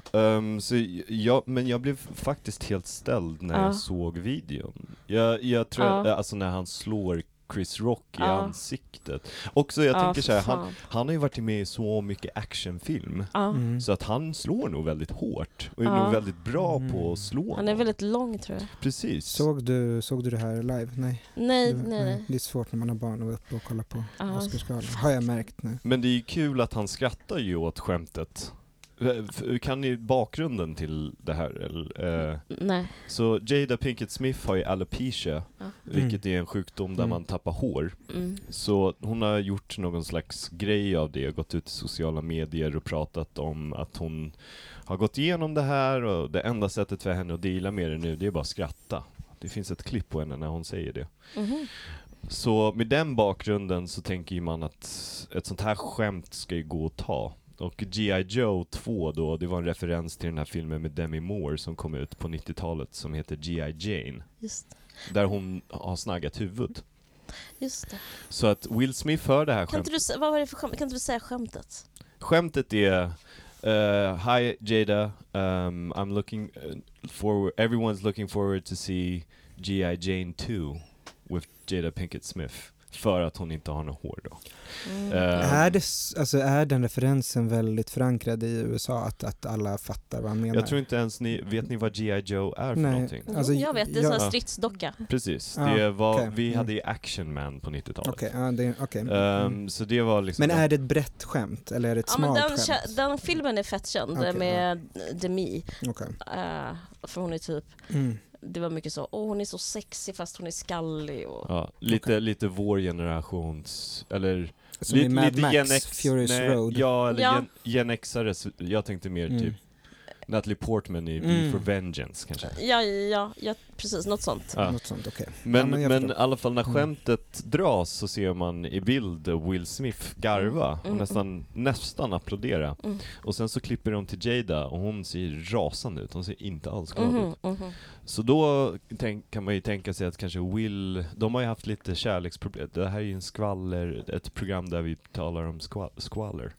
Men jag blev faktiskt helt ställd när jag såg videon. Jag tror alltså när han slår Chris Rock i ansiktet. Också jag tänker så här, han har ju varit med i så mycket actionfilm så att han slår nog väldigt hårt och är nog väldigt bra på att slå. Han är väldigt lång, tror jag. Precis. Såg du det här live? Nej. Det är svårt när man har barn att vara uppe och kolla på Oscarsgalan. Har jag märkt nu. Men det är ju kul att han skrattar ju åt skämtet. Kan ni bakgrunden till det här? Eller? Nej. Så Jada Pinkett Smith har ju alopecia, vilket är en sjukdom där man tappar hår. Så hon har gjort någon slags grej av det, gått ut i sociala medier och pratat om att hon har gått igenom det här och det enda sättet för henne att dela med det nu, det är bara att skratta. Det finns ett klipp på henne när hon säger det. Så med den bakgrunden så tänker man att ett sånt här skämt ska ju gå att ta. Och G.I. Joe 2 då, det var en referens till den här filmen med Demi Moore som kom ut på 90-talet som heter G.I. Jane. Just. Där hon har snaggat huvudet. Just det. Så att Will Smith hör det här skämtet. Vad var det för skämt? Kan inte du säga skämtet? Skämtet är Hi Jada, I'm looking forward, everyone's looking forward to see G.I. Jane 2 with Jada Pinkett Smith. För att hon inte har något hår då. Är den referensen väldigt förankrad i USA att alla fattar vad han menar? Jag tror inte ens vet ni vad G.I. Joe är för någonting? Alltså, jag vet, det är en stridsdocka. Precis, det var, vi hade ju Action Man på 90-talet. Så det var liksom... Men är det ett brett skämt? Eller är det ett smalt skämt? Den filmen är fett känd med Demi. För hon är typ... Det var mycket så, hon är så sexig fast hon är skallig. Och... lite vår generations, eller lite Max, Furious Road. Ja, eller Gen Xare, jag tänkte mer typ Natalie Portman i V for Vengeance kanske. Ja, precis, något sånt. Något sånt, okay. Men i alla fall när skämtet dras så ser man i bild Will Smith garva och nästan applådera. Och sen så klipper de till Jada och hon ser rasande ut, hon ser inte alls glad ut. Så då kan man ju tänka sig att kanske de har ju haft lite kärleksproblem. Det här är ju en skvaller, ett program där vi talar om skvaller.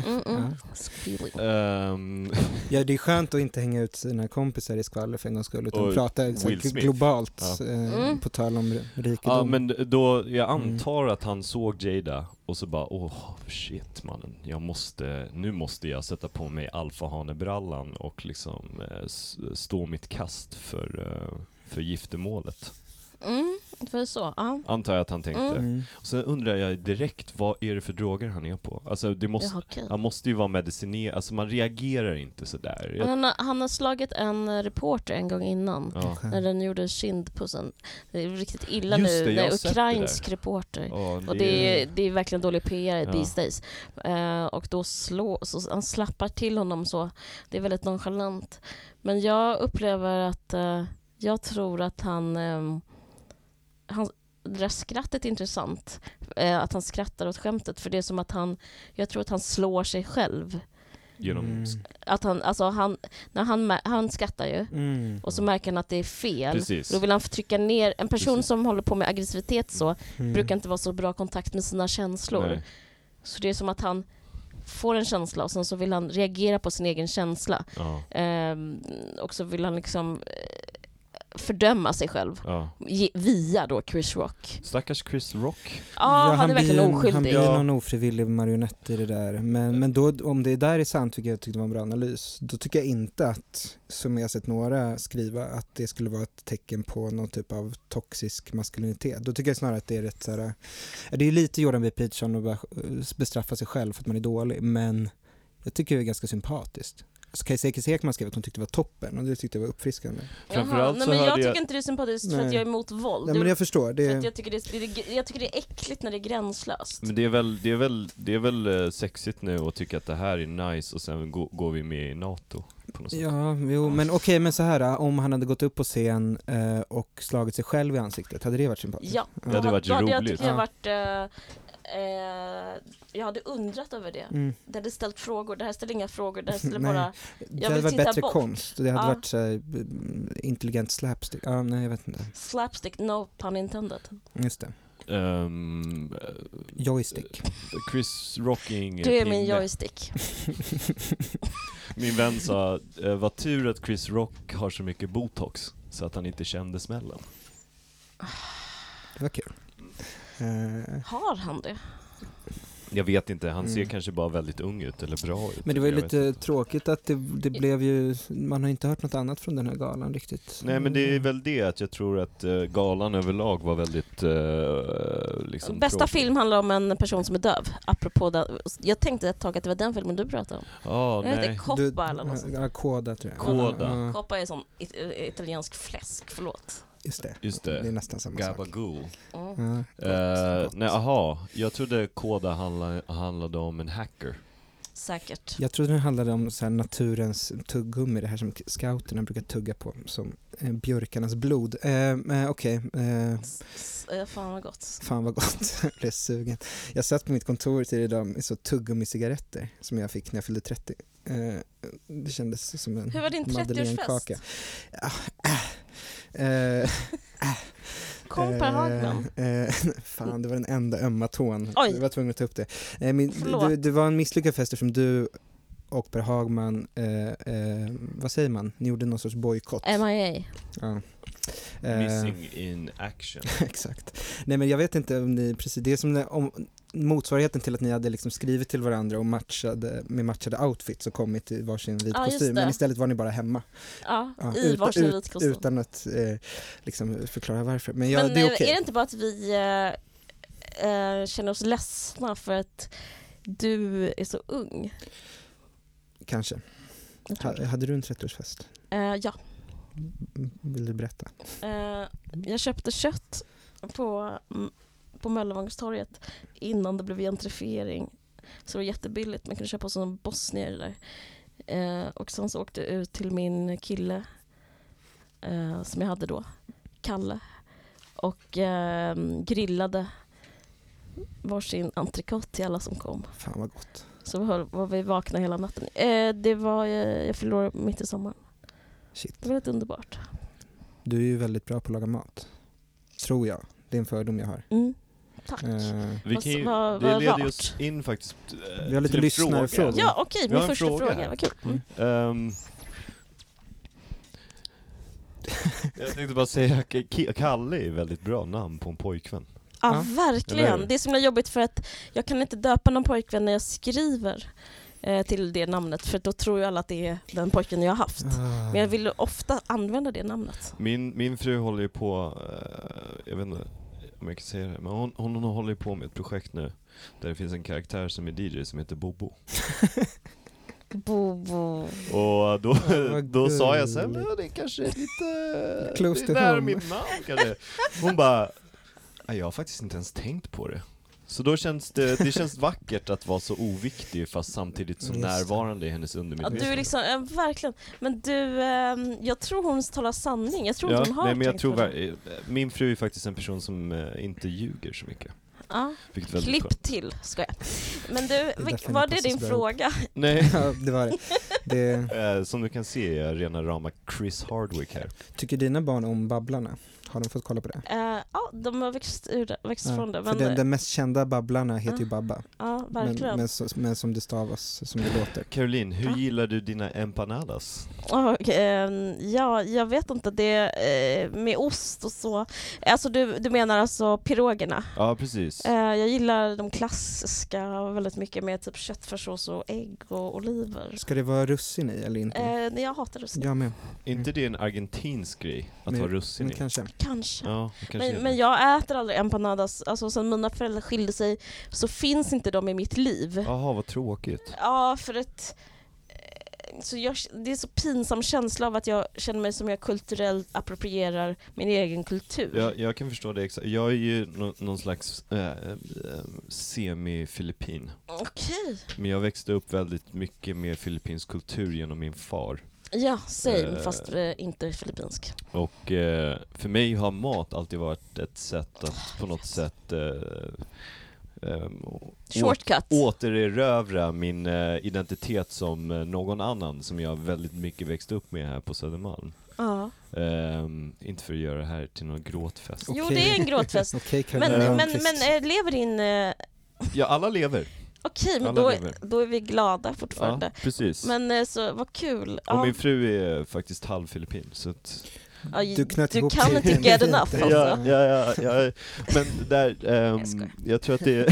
Ja, det är skönt att inte hänga ut sina kompisar i skvaller för en gång skull, utan prata globalt på tal om rikedom. Ja, men då, jag antar att han såg Jada och så bara, shit mannen, nu måste jag sätta på mig alfahanebrallan och liksom stå mitt kast för giftermålet. Det var så. Antar jag att han tänkte. Och sen undrar jag direkt, vad är det för droger han är på? Alltså han måste ju vara medicinerad. Alltså man reagerar inte så där. Han har slagit en reporter en gång innan när den gjorde kindpussen. Det är riktigt illa nu. Det är ukrainsk reporter. Och det är verkligen dålig PR these days. Och då så han slappar till honom så. Det är väldigt nonchalant. Men jag upplever att jag tror att det där skrattet är intressant. Att han skrattar åt skämtet. För det är som att jag tror att han slår sig själv. Att han skrattar ju. Och så märker han att det är fel. Precis. Då vill han trycka ner. En person som håller på med aggressivitet brukar inte vara så bra kontakt med sina känslor. Nej. Så det är som att han får en känsla och sen så vill han reagera på sin egen känsla. Och så vill han liksom fördöma sig själv via då Chris Rock. Stackars Chris Rock. Han är verkligen oskyldig. Han blir någon ofrivillig marionett i det där. Men då, om det där är sant, vilket jag tyckte var en bra analys, då tycker jag inte att, som jag sett några skriva, att det skulle vara ett tecken på någon typ av toxisk maskulinitet. Då tycker jag snarare att det är rätt så här, det är lite Jordan B. Peterson att bara bestraffa sig själv för att man är dålig, men jag tycker det är ganska sympatiskt. Kajsa Ekman skrev att hon tyckte det var toppen och det tyckte jag var uppfriskande. Jag tycker inte det är sympatiskt för att jag är emot våld. Nej, men jag förstår. Jag tycker det är äckligt när det är gränslöst. Men det är väl sexigt nu att tycka att det här är nice och sen går vi med i NATO på något sätt. Men okej, men så här, om han hade gått upp på scen och slagit sig själv i ansiktet, hade det varit sympatiskt? Ja, det hade varit roligt. Jag hade undrat över det. Det hade ställt frågor. Det här ställer inga frågor. Det här ställer bara... Det hade varit bättre konst. Det hade varit så intelligent slapstick. Nej, jag vet inte. Slapstick, no pun intended. Just det. Joystick. Chris Rock är ingen Du är min joystick. Min vän sa, vad tur att Chris Rock har så mycket botox så att han inte kände smällen. Det var kul. Har han det? Jag vet inte, han ser kanske bara väldigt ung ut eller bra ut. Men det var ju lite tråkigt att det blev ju, man har inte hört något annat från den här galan riktigt. Nej, men det är väl det att jag tror att galan överlag var väldigt liksom Bästa tråkig. film handlar om en person som är döv. Apropå den, jag tänkte ett tag att det var den filmen du pratade om. Nej. Det är Coppa eller något sånt. Ja, Coda tror jag. Coda. Coppa är sån italiensk fläsk, förlåt. Just det. Det är nästan samma sak. Gabagool. Mm. Jag trodde Coda handlade om en hacker. Säkert. Jag trodde det handlade om så här naturens tuggummi, det här som scouterna brukar tugga på, som björkarnas blod. Okej. Fan vad gott. Fan vad gott. Jag blev sugen. Jag satt på mitt kontor till idag med så tuggummi-cigaretter som jag fick när jag fyllde 30. Det kändes som en Hur var din 30-årsfest? Kom Per Hagman. Fan, det var den enda ömma tån. Oj. Jag var tvungen att ta upp det. Det var en misslyckad fest som du och Per Hagman, vad säger man? Ni gjorde någon sorts bojkott. MIA. Ja. Missing in action. Exakt. Nej, men jag vet inte om ni, precis det som motsvarigheten till att ni hade liksom skrivit till varandra och matchade outfits och kommit i varsin vit kostym, men istället var ni bara hemma. Ja, i varsin vit kostym. Utan att liksom förklara varför. Men det är okej. Är det inte bara att vi känner oss ledsna för att du är så ung? Kanske. Hade du en 30-årsfest? Ja. Vill du berätta? Jag köpte kött på Möllevångstorget innan det blev gentrifiering. Så det var jättebilligt. Man kunde köpa sådana bosnier där. Och sen så åkte jag ut till min kille som jag hade då, Kalle. Och grillade varsin entrecote till alla som kom. Fan vad gott. Så var vi vakna hela natten. Jag förlorade mitt i sommaren. Shit. Det var väldigt underbart. Du är ju väldigt bra på att laga mat. Tror jag. Det är en fördom jag har. Tack. Det leder oss in faktiskt vi har lite lyssnarfrågor. Ja, okej. Min första fråga. Vad kul. Jag tänkte bara säga Kalle är väldigt bra namn på en pojkvän. Ja, verkligen. Det är så himla jobbigt för att jag kan inte döpa någon pojkvän när jag skriver till det namnet, för då tror ju alla att det är den pojken jag har haft. Men jag vill ofta använda det namnet. Min fru håller ju på, jag vet inte om jag kan säga det, men hon håller ju på med ett projekt nu där det finns en karaktär som är DJ som heter Bobo. Bobo. Och då sa jag sen, det kanske är lite close to nära home. min namn kanske. Hon bara, jag har faktiskt inte ens tänkt på det. Så då känns det känns vackert att vara så oviktig fast samtidigt så närvarande i hennes undermedvetna. Ja, du är liksom, verkligen. Men du, jag tror hon talar sanning. Jag tror inte hon har men jag tror det. Min fru är faktiskt en person som inte ljuger så mycket. Ja, klipp skönt. Till, ska jag. Men du, var det din fråga? Nej. Ja, det var det. Som du kan se är rena rama Chris Hardwick här. Tycker dina barn om Babblarna? Har de fått kolla på det? Ja, de har växt från det. Men för den mest kända Babblarna heter ju Babba. Ja, verkligen. Men som det stavas, som det låter. Caroline, hur gillar du dina empanadas? Ja, jag vet inte. Det med ost och så. Alltså du menar alltså pirogerna? Ja, precis. Jag gillar de klassiska väldigt mycket med typ köttfärssås och ägg och oliver. Ska det vara russin i eller inte? Jag hatar russin. Jag med. Inte det en argentinsk grej att ha russin i? Kanske. Kanske. Ja, men jag äter aldrig empanadas. Alltså sen mina föräldrar skilde sig så finns inte de i mitt liv. Jaha, vad tråkigt. Ja, för att det är så pinsam känsla av att jag känner mig som jag kulturellt approprierar min egen kultur. Jag kan förstå det exakt. Jag är ju någon slags semi-filippin. Okej. Men jag växte upp väldigt mycket med filippinsk kultur genom min far. Ja, same, fast inte filippinsk. Och för mig har mat alltid varit ett sätt att på något sätt återerövra min identitet som någon annan som jag väldigt mycket växt upp med här på Södermalm. Ja. Inte för att göra det här till någon gråtfest. Jo, det är en gråtfest. Men lever din... Ja, alla lever. Okej, men då är vi glada fortfarande. Ja, precis. Men så, vad kul. Och min fru är faktiskt halv filippin, så att Du kan inte get enough alltså. Ja. Men där, jag tror att det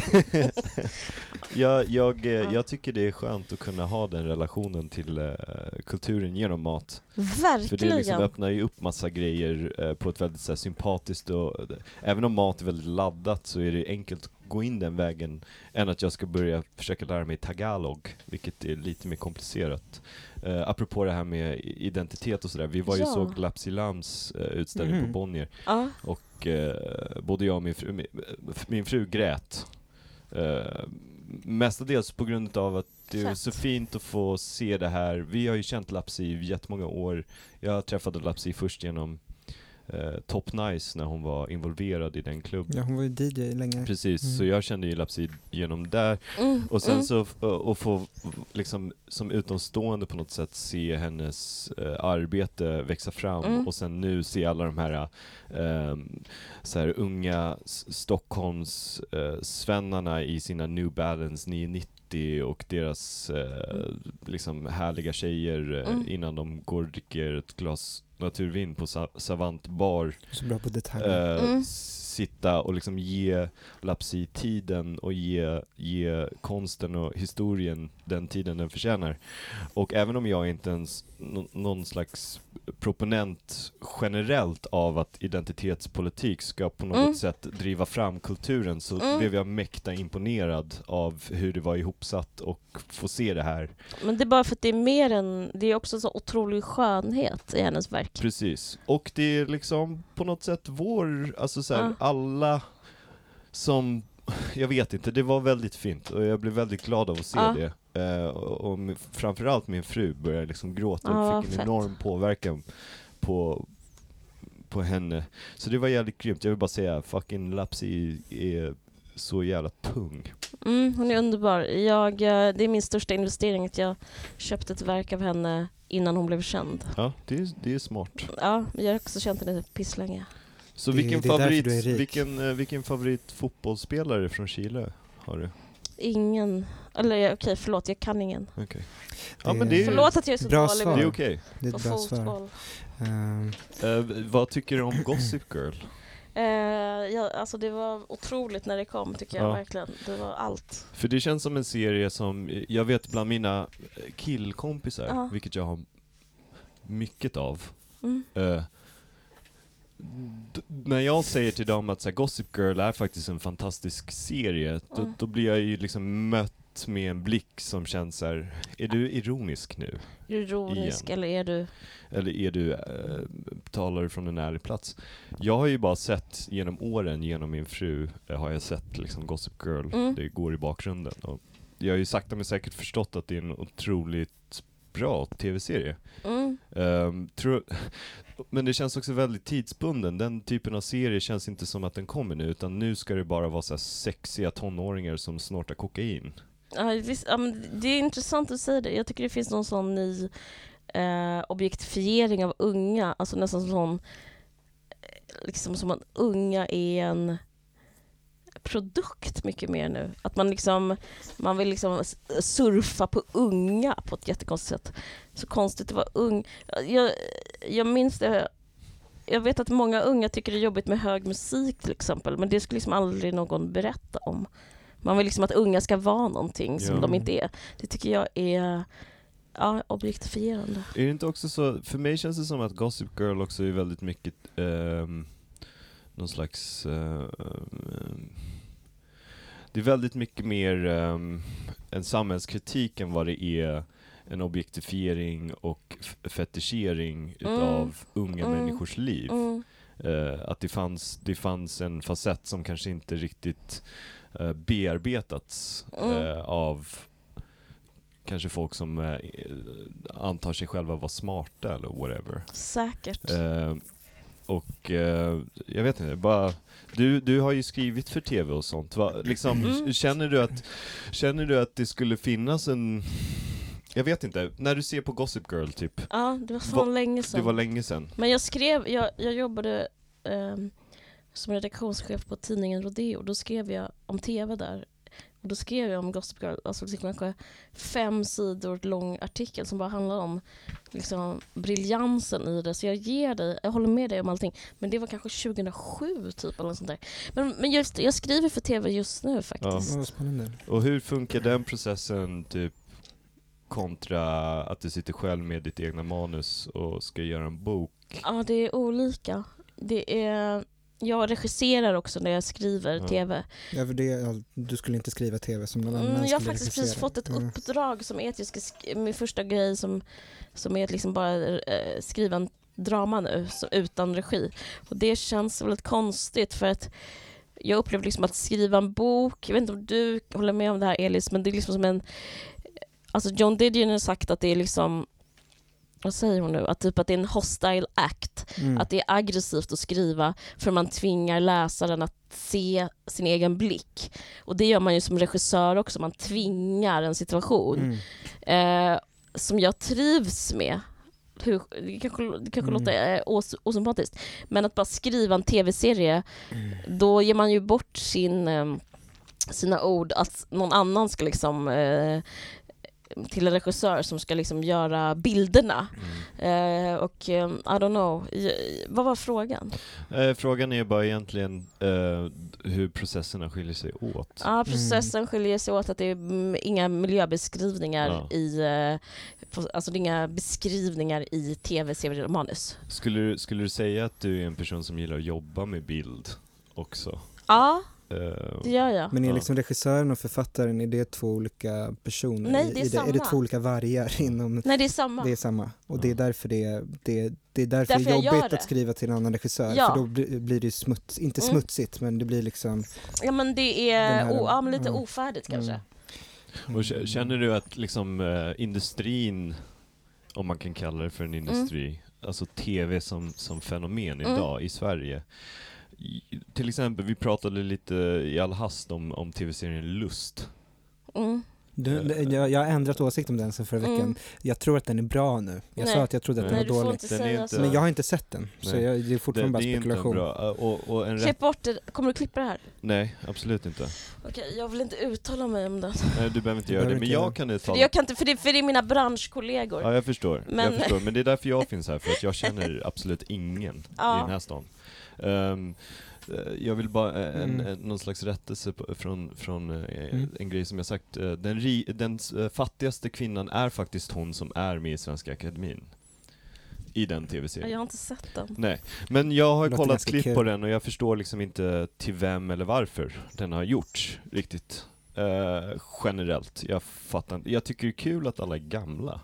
jag tycker det är skönt att kunna ha den relationen till kulturen genom mat. Verkligen. För det liksom öppnar ju upp massa grejer på ett väldigt så här, sympatiskt och även om mat är väldigt laddat så är det enkelt att gå in den vägen än att jag ska börja försöka lära mig tagalog, vilket är lite mer komplicerat. Apropå det här med identitet och sådär. Vi var ju såg Lapsi Lams utställning på Bonnier. Och både jag och min fru grät. Mestadels på grund av att det är så fint att få se det här. Vi har ju känt Lapsi i jättemånga år. Jag träffade Lapsi först genom Top Nice när hon var involverad i den klubben. Ja, hon var ju DJ länge. Precis, så jag kände ju Lapsi genom där. Och sen så att få liksom som utomstående på något sätt se hennes arbete växa fram och sen nu se alla de här så här unga Stockholms svennarna i sina New Balance 990 och deras liksom härliga tjejer innan de går och dricker ett glas naturvin på Savant bar. Så bra på detaljer. Sitta och liksom ge Lapsi tiden och ge konsten och historien den tiden den förtjänar. Och även om jag inte ens någon slags proponent generellt av att identitetspolitik ska på något sätt driva fram kulturen så blev jag mäkta imponerad av hur det var ihopsatt och få se det här. Men det är bara för att det är mer än, det är också så otrolig skönhet i hennes verk. Precis. Och det är liksom på något sätt alltså så här, alla som, jag vet inte, det var väldigt fint och jag blev väldigt glad av att se det. Och framförallt min fru började liksom gråta och fick en enorm påverkan på henne. Så det var jävligt grymt. Jag vill bara säga, fucking Lapsi är så jävla tung. Hon är underbar. Det är min största investering att jag köpte ett verk av henne innan hon blev känd. Ja, det är smart. Ja, jag har också känt henne pisslänge. Så vilken favorit fotbollsspelare från Chile har du? Ingen. Eller okej, förlåt, jag kan ingen. Okay. Ja, men det är förlåt att jag är så bra dålig. Svar. Det är okej. Det är ett bra svar. Vad tycker du om Gossip Girl? Alltså det var otroligt när det kom, tycker jag verkligen. Det var allt. För det känns som en serie som jag vet bland mina killkompisar, vilket jag har mycket av. När jag säger till dem att så här, Gossip Girl är faktiskt en fantastisk serie, då blir jag ju liksom mött med en blick som känns så här, är du ironisk nu? Är du ironisk igen? Eller är du talar du från en ärlig plats? Jag har ju bara sett genom åren, genom min fru har jag sett liksom Gossip Girl, det går i bakgrunden och jag har ju sakta men säkert förstått att det är en otroligt bra tv-serie. Men det känns också väldigt tidsbunden. Den typen av serie känns inte som att den kommer nu, utan nu ska det bara vara så här sexiga tonåringar som snortar kokain. Men det är intressant att säga det. Jag tycker det finns någon sån ny objektifiering av unga, alltså nästan sån liksom som att unga är en produkt mycket mer nu. Att man vill liksom surfa på unga på ett jättekonstigt sätt. Så konstigt att vara ung. Jag minns det. Jag vet att många unga tycker det är jobbigt med hög musik till exempel, men det skulle liksom aldrig någon berätta om. Man vill liksom att unga ska vara någonting som de inte är. Det tycker jag är objektifierande. Är det inte också så, för mig känns det som att Gossip Girl också är väldigt mycket någon slags det är väldigt mycket mer en samhällskritik än vad det är en objektifiering och fetischering utav unga människors liv. Att det fanns en facett som kanske inte riktigt bearbetats av kanske folk som antar sig själva vara smarta eller whatever. Säkert. Och jag vet inte, bara du har ju skrivit för tv och sånt. Känner du att det skulle finnas en, jag vet inte, när du ser på Gossip Girl typ. Ja, det var fan länge sedan. Det var länge sedan. Men jag jobbade som redaktionschef på tidningen Rodeo. Då skrev jag om tv där. Och då skrev jag om Gossip Girl, alltså kanske 5 sidor lång artikel som bara handlar om liksom briljansen i det. Så jag håller med dig om allting. Men det var kanske 2007 typ eller något sånt där. Men just, jag skriver för tv just nu faktiskt. Ja, spännande. Och hur funkar den processen typ kontra att du sitter själv med ditt egna manus och ska göra en bok? Ja, det är olika. Jag regisserar också när jag skriver tv. Ja, för du skulle inte skriva tv som någon annan Jag har faktiskt precis fått ett uppdrag som är att jag ska min första grej som är att liksom bara skriva en drama nu utan regi. Och det känns väldigt konstigt för att jag upplever liksom att skriva en bok, jag vet inte om du håller med om det här Elis, men det är liksom som alltså John Didion har sagt att det är liksom, vad säger hon nu? Att typ att det är en hostile act. Att det är aggressivt att skriva för man tvingar läsaren att se sin egen blick. Och det gör man ju som regissör också. Man tvingar en situation som jag trivs med. Det kanske låter osympatiskt. Men att bara skriva en tv-serie, då ger man ju bort sina ord att någon annan ska liksom till en regissör som ska liksom göra bilderna. Och I don't know. Vad var frågan? Frågan är bara egentligen hur processerna skiljer sig åt. Ja, processen skiljer sig åt att det är inga miljöbeskrivningar alltså det är inga beskrivningar i tv-serier och manus. Skulle du säga att du är en person som gillar att jobba med bild också? Ja. Det gör jag. Men är liksom regissören och författaren, är det 2 olika personer? Nej, det är samma. Är det 2 olika vargar inom? Nej, det är samma. Det är samma. Och det är därför det är jobbigt att skriva till en annan regissör. Ja. För då blir det inte smutsigt, men det blir liksom... Ja, men det är lite ofärdigt kanske. Och känner du att liksom industrin, om man kan kalla det för en industri, alltså tv som fenomen idag i Sverige, till exempel, vi pratade lite i all hast om tv-serien Lust. Jag har ändrat åsikt om den sen förra veckan. Jag tror att den är bra nu. Jag sa att jag trodde att den var dålig. Men jag har inte sett den. Så det är fortfarande bara spekulation. Klipp bort det. Kommer du klippa det här? Nej, absolut inte. Okej, jag vill inte uttala mig om den. Nej, du behöver inte göra det. Men jag kan uttala. Jag kan inte, för det är mina branschkollegor. Ja, jag förstår. Men det är därför jag finns här. För att jag känner absolut ingen i den här stan. Jag vill bara någon slags rättelse från en grej som jag sagt. Den fattigaste kvinnan är faktiskt hon som är med i Svenska Akademin i den tv-serien. Jag har inte sett den. Nej, men jag har kollat klipp på den och jag förstår liksom inte till vem eller varför den har gjorts riktigt generellt. Jag tycker det är kul att alla är gamla.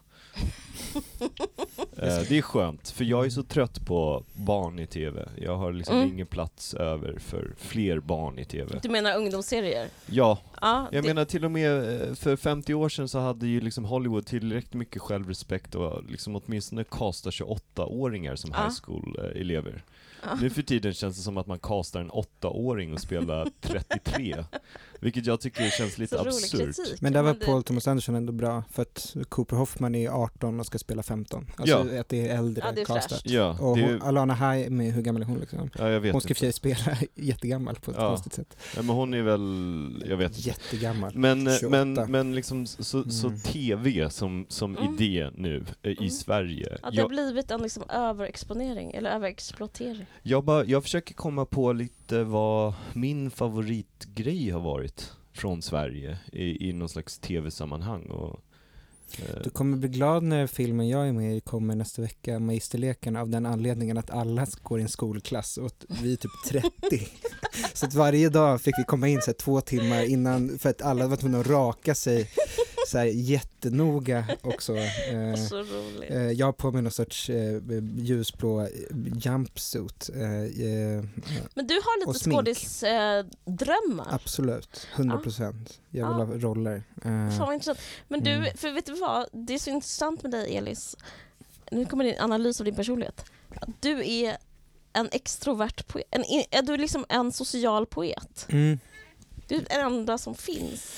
Det är skönt, för jag är så trött på barn i tv. Jag har liksom ingen plats över för fler barn i tv. Du menar ungdomsserier? Ja, jag menar till och med för 50 år sedan så hade ju liksom Hollywood tillräckligt mycket självrespekt och liksom åtminstone casta 28-åringar som high school-elever. Nu för tiden känns det som att man castar en 8-åring och spelar 33. Vilket jag tycker känns lite absurt. Men där var Paul Thomas Anderson ändå bra. För att Cooper Hoffman är 18 och ska spela 15. Alltså att det är äldre castat. Ja, och Alana Haig, med hur gammal är hon liksom? Ja, jag vet hon ska spela jättegammal på ett konstigt sätt. Ja, men hon är väl, jag vet inte. Jättegammal. Men liksom så tv som idé nu i Sverige. Ja, det har blivit en liksom överexponering eller överexploatering. Jag försöker komma på lite vad min favoritgrej har varit från Sverige i någon slags tv-sammanhang. Du kommer bli glad när filmen jag är med i kommer nästa vecka, Magisterlekarna, av den anledningen att alla går i en skolklass och vi är typ 30. Så att varje dag fick vi komma in så här 2 timmar innan, för att alla var tvungna att raka sig så här jättenoga också. Så roligt. Jag har på mig någon sorts ljusblå jumpsuit. Men du har lite skådisdrömmar. Absolut, 100%. Jag vill ha roller. Fan vad intressant. Men du, för vet du vad? Det är så intressant med dig, Elis. Nu kommer din analys av din personlighet. Du är en extrovert poet. Du är liksom en social poet. Du är den enda som finns.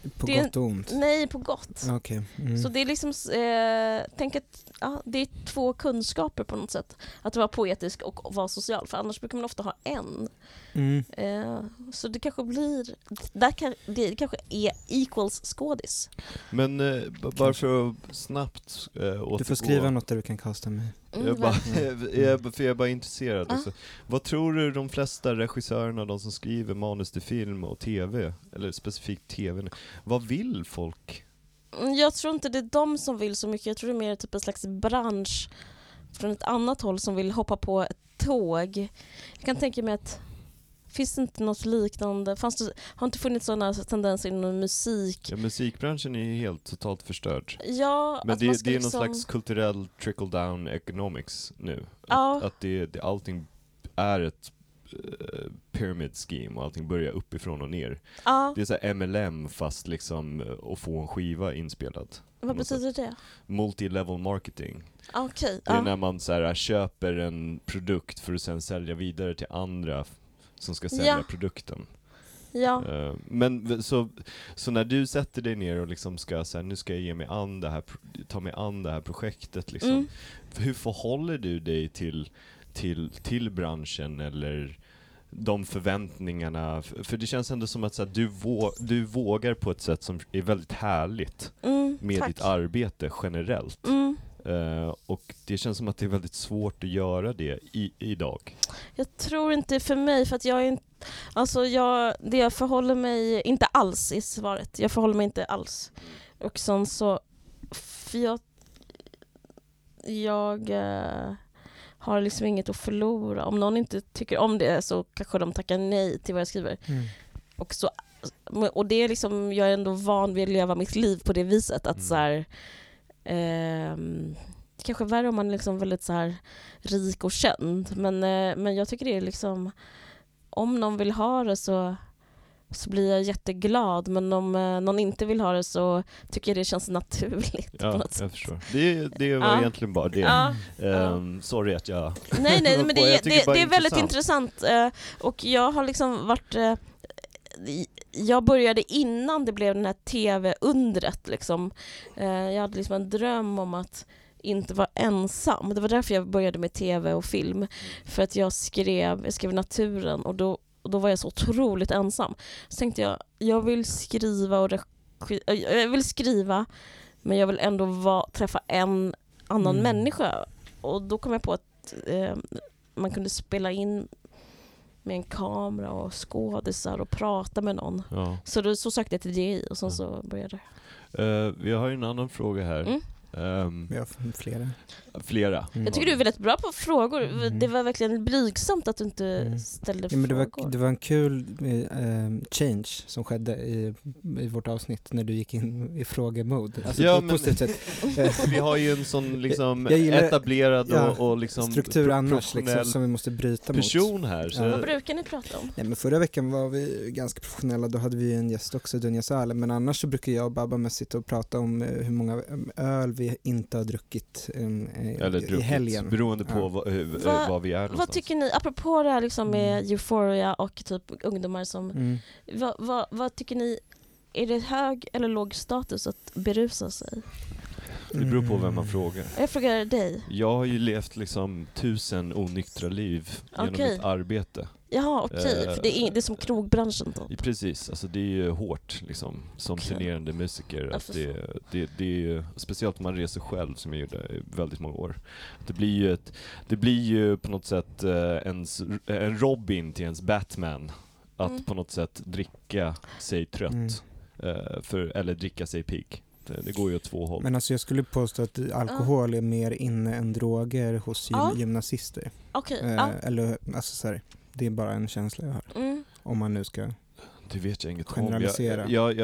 På gott och ont? Nej, på gott. Okay. Så det är liksom, tänk att det är 2 kunskaper på något sätt. Att vara poetisk och vara social, för annars brukar man ofta ha en. Så det kanske blir, det kanske är equals skådis. Men bara för att snabbt återgå. Du får skriva något där du kan kasta mig. Jag är bara intresserad. Också. Vad tror du de flesta regissörerna, de som skriver manus till film och tv, eller specifikt tv, vad vill folk? Jag tror inte det är de som vill så mycket. Jag tror det är mer typ en slags bransch från ett annat håll som vill hoppa på ett tåg. Jag kan tänka mig att finns det inte något liknande? Har inte funnits sådana tendenser inom musik? Ja, musikbranschen är ju helt totalt förstörd. Ja, men det är någon slags kulturell trickle-down economics nu. Ja. Att allting är ett pyramid scheme och allting börjar uppifrån och ner. Ja. Det är så här MLM fast liksom att få en skiva inspelad. Vad betyder det? Multi-level marketing. Okay. Det är när man så här, köper en produkt för att sen sälja vidare till andra som ska sälja produkten. Ja. Men så när du sätter dig ner och liksom ska så här, nu ska jag ge mig an det här, ta mig an det här projektet liksom. Hur förhåller du dig till branschen eller de förväntningarna? För det känns ändå som att så här, du vågar på ett sätt som är väldigt härligt med ditt arbete generellt. Och det känns som att det är väldigt svårt att göra det idag. Jag tror inte för mig, för att jag är inte, jag förhåller mig inte alls i svaret. Jag förhåller mig inte alls. Och sen så, för jag har liksom inget att förlora. Om någon inte tycker om det så kanske de tackar nej till vad jag skriver. Och det är liksom, jag är ändå van vid att leva mitt liv på det viset att så här, det kanske är värre om man är liksom väldigt så här rik och känd, men jag tycker det är liksom, om någon vill ha det så blir jag jätteglad, men om någon inte vill ha det så tycker jag det känns naturligt. Ja, jag förstår. Det var egentligen bara det. Sorry att jag... Nej, men det är väldigt intressant. Och jag har liksom varit... Jag började innan det blev den här tv-undret. Liksom. Jag hade liksom en dröm om att inte vara ensam. Det var därför jag började med tv och film. För att jag skrev Naturen och då var jag så otroligt ensam. Så tänkte jag vill skriva jag vill skriva, men jag vill ändå träffa en annan människa. Och då kom jag på att man kunde spela in med en kamera och skådisar och prata med någon. Ja. Så sökte jag till DI och så började det. Vi har ju en annan fråga här. Vi har flera. Jag tycker du är väldigt bra på frågor. Det var verkligen blygsamt att du inte ställde frågor. Det var en kul change som skedde i vårt avsnitt när du gick in i frågemode. Alltså på ett positivt sätt. Vi har ju en sån liksom etablerad och liksom struktur annars liksom, som vi måste bryta person mot. Här. Så. Vad brukar ni prata om? Nej, men förra veckan var vi ganska professionella. Då hade vi en gäst också, Dunja Saleh. Men annars så brukar jag och Babba med sitta och prata om hur många öl vi inte har druckit i helgen. Beroende på vad vi är någonstans. Vad tycker ni, apropå det här liksom med euphoria och typ ungdomar som... Vad tycker ni, är det hög eller låg status att berusa sig? Det beror på vem man frågar. Jag frågar dig. Jag har ju levt liksom 1000 onyktra liv genom mitt arbete. Jaha, okej. För det är som krogbranschen då. Precis, alltså det är ju hårt liksom, som turnerande musiker. Att det är ju, speciellt om man reser själv som jag gjorde i väldigt många år. Det blir ju på något sätt en Robin till ens Batman. Att på något sätt dricka sig trött. Eller dricka sig pigg. Det går ju åt 2 håll. Men alltså jag skulle påstå att alkohol är mer inne än droger hos gymnasister. Okay. Eller alltså så här, det är bara en känsla jag har. Om man nu ska det vet jag inget generalisera.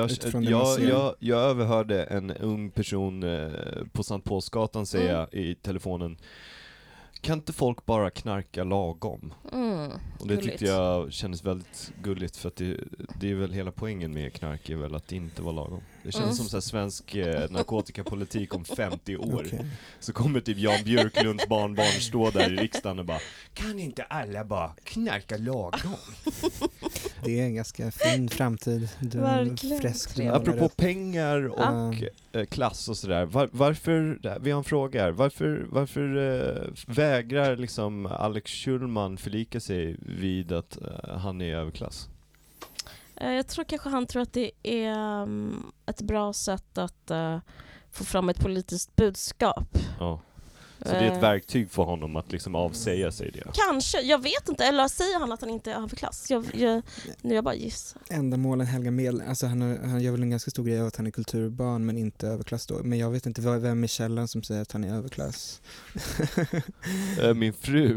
Jag överhörde en ung person på Sankt Paulsgatan säga i telefonen: kan inte folk bara knarka lagom? Och det tyckte jag kändes väldigt gulligt, för att det är väl hela poängen med knark är väl att det inte var lagom. Det känns som så här svensk narkotikapolitik om 50 år. Okay. Så kommer typ Jan Björklunds barnbarn stå där i riksdagen och bara, kan inte alla bara knarka lagom? Det är en ganska fin framtid. Apropå pengar och klass och sådär. Varför, vi har en fråga här. Varför vägrar liksom Alex Schulman förlika sig vid att han är överklass? Jag tror kanske han tror att det är ett bra sätt att få fram ett politiskt budskap. Ja. Så det är ett verktyg för honom att liksom avsäga sig det? Kanske, jag vet inte. Eller säger han att han inte är överklass? Nu är jag bara gissar. Ändamålen helga medel. Alltså han gör väl en ganska stor grej av att han är kulturbarn men inte överklass då. Men jag vet inte vem är källan som säger att han är överklass. Min fru.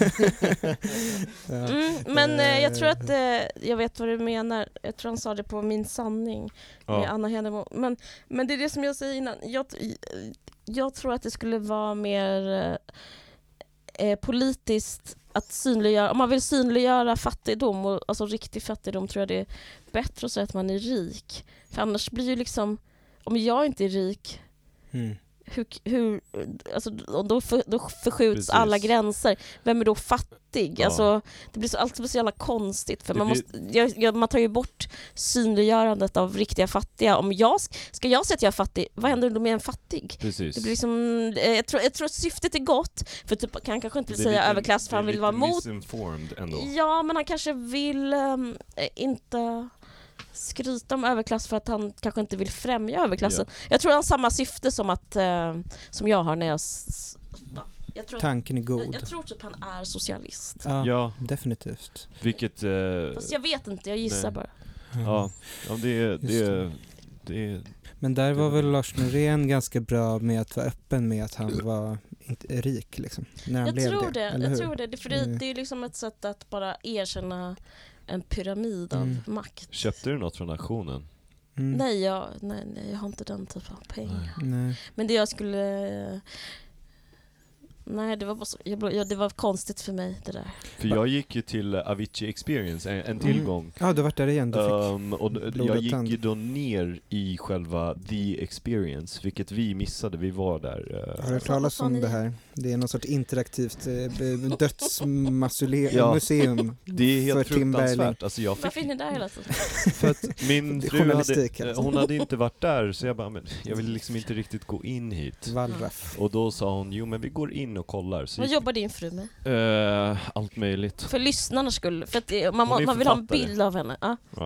Men jag tror att jag vet vad du menar. Jag tror han sa det på Min sanning med Anna Hedemo. Men det är det som jag säger innan. Jag tror att det skulle vara mer politiskt att synliggöra, om man vill synliggöra fattigdom, och, alltså riktig fattigdom, tror jag det är bättre att säga att man är rik. För annars blir ju liksom, om jag inte är rik, hur alltså, då förskjuts precis alla gränser. Vem är då fattig? Alltså, det blir alltid så jävla konstigt, för man tar ju bort synliggörandet av riktiga fattiga. Om ska jag säga att jag är fattig, vad händer då med en fattig? Precis. Det blir liksom, jag tror att syftet är gott, för typ, kan kanske inte säga överklass för han vill vara mot. Ändå. Ja, men han kanske vill inte skryta om överklass för att han kanske inte vill främja överklassen. Ja. Jag tror han har samma syfte som jag har när jag tror tanken är god. Jag tror typ han är socialist. Ja, definitivt. Vilket fast jag vet inte, jag gissar bara. Ja, det. Men där var väl Lars Norén ganska bra med att vara öppen med att han var inte rik liksom, när han blev det. Jag tror det. För det är liksom ett sätt att bara erkänna en pyramid av makt. Köpte du något från auktionen? Nej, jag har inte den typen av pengar. Nej. Men det jag skulle... Nej, det var bara så, det var konstigt för mig det där. För jag gick ju till Avicii Experience en tillgång. Ja, du har varit där igen. Och jag gick ju då ner i själva The Experience, vilket vi missade. Vi var där. Har du talat om det här? Det är någon sorts interaktivt dödsmuseum. Det är helt fruktansvärt. Alltså varför är ni där hela tiden? För att min fru hon hade inte varit där, så jag bara, men jag vill liksom inte riktigt gå in hit. Wallraff. Och då sa hon, jo men vi går in och kollar. Så vad jobbar din fru med? Allt möjligt. För lyssnarnas skull. För att man vill ha en bild av henne.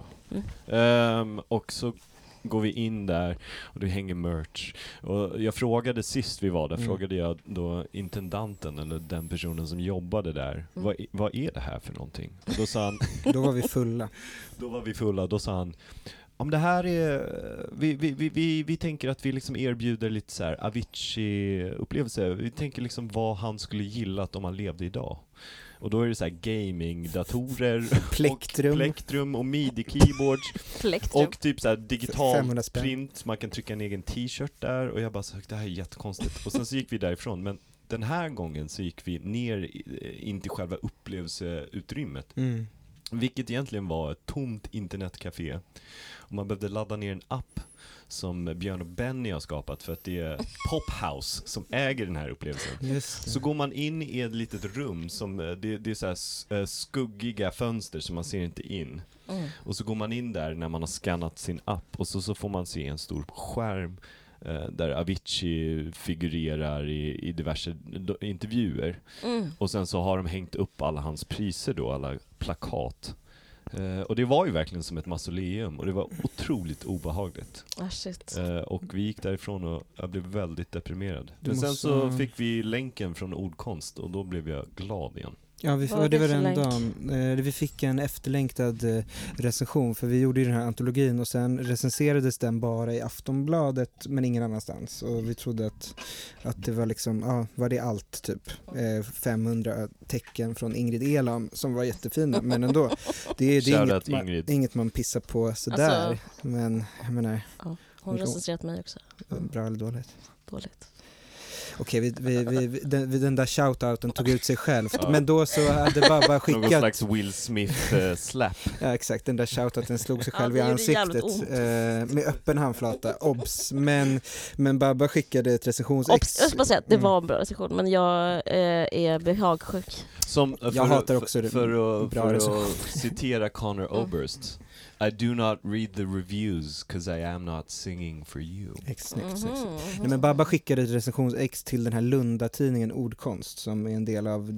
Och så går vi in där och det hänger merch. Och jag frågade sist vi var där, frågade jag då intendanten eller den personen som jobbade där, vad är det här för någonting? Och då sa han... Då var vi fulla. Då sa han, om det här är... Vi tänker att vi liksom erbjuder lite så här Avicii-upplevelser. Vi tänker liksom vad han skulle gillat om han levde idag. Och då är det så här gaming-datorer, plektrum och midi-keyboards och typ så här digital print. Man kan trycka en egen t-shirt där. Och jag bara så, det här är jättekonstigt. Och sen så gick vi därifrån. Men den här gången så gick vi ner in till själva upplevelseutrymmet. Vilket egentligen var ett tomt internetcafé. Och man behövde ladda ner en app som Björn och Benny har skapat, för att det är Pophouse som äger den här upplevelsen. Så går man in i ett litet rum som det är så här skuggiga fönster som man ser inte in. Och så går man in där när man har skannat sin app, och så får man se en stor skärm där Avicii figurerar i diverse intervjuer. Och sen så har de hängt upp alla hans priser då, alla plakat. Och det var ju verkligen som ett mausoleum, och det var otroligt obehagligt. Och vi gick därifrån och jag blev väldigt deprimerad. Men sen så fick vi länken från Ordkonst, och då blev jag glad igen. Ja, det var den dagen. Vi fick en efterlängtad recension, för vi gjorde ju den här antologin och sen recenserades den bara i Aftonbladet men ingen annanstans. Och vi trodde att det var liksom, var det allt typ 500 tecken från Ingrid Elam som var jättefina, men ändå det är inget man pissar på sådär. Alltså, men jag menar, hon recenserat mig också. Bra eller dåligt? Dåligt. Okej, den där shoutouten tog ut sig själv. Men då så hade Babba skickat... Någon slags Will Smith-slap. Ja, exakt. Den där shoutouten slog sig själv i ansiktet med öppen handflata. Obs. Men Babba skickade ett recensionsex. Jag ska bara säga att det var en bra recension, men jag är behagsjuk. Jag hatar också det. För att citera Conor Oberst. I do not read the reviews because I am not singing for you. Exakt. Nej, men Babba skickade ett recensionsex till den här Lunda-tidningen Ordkonst som är en del av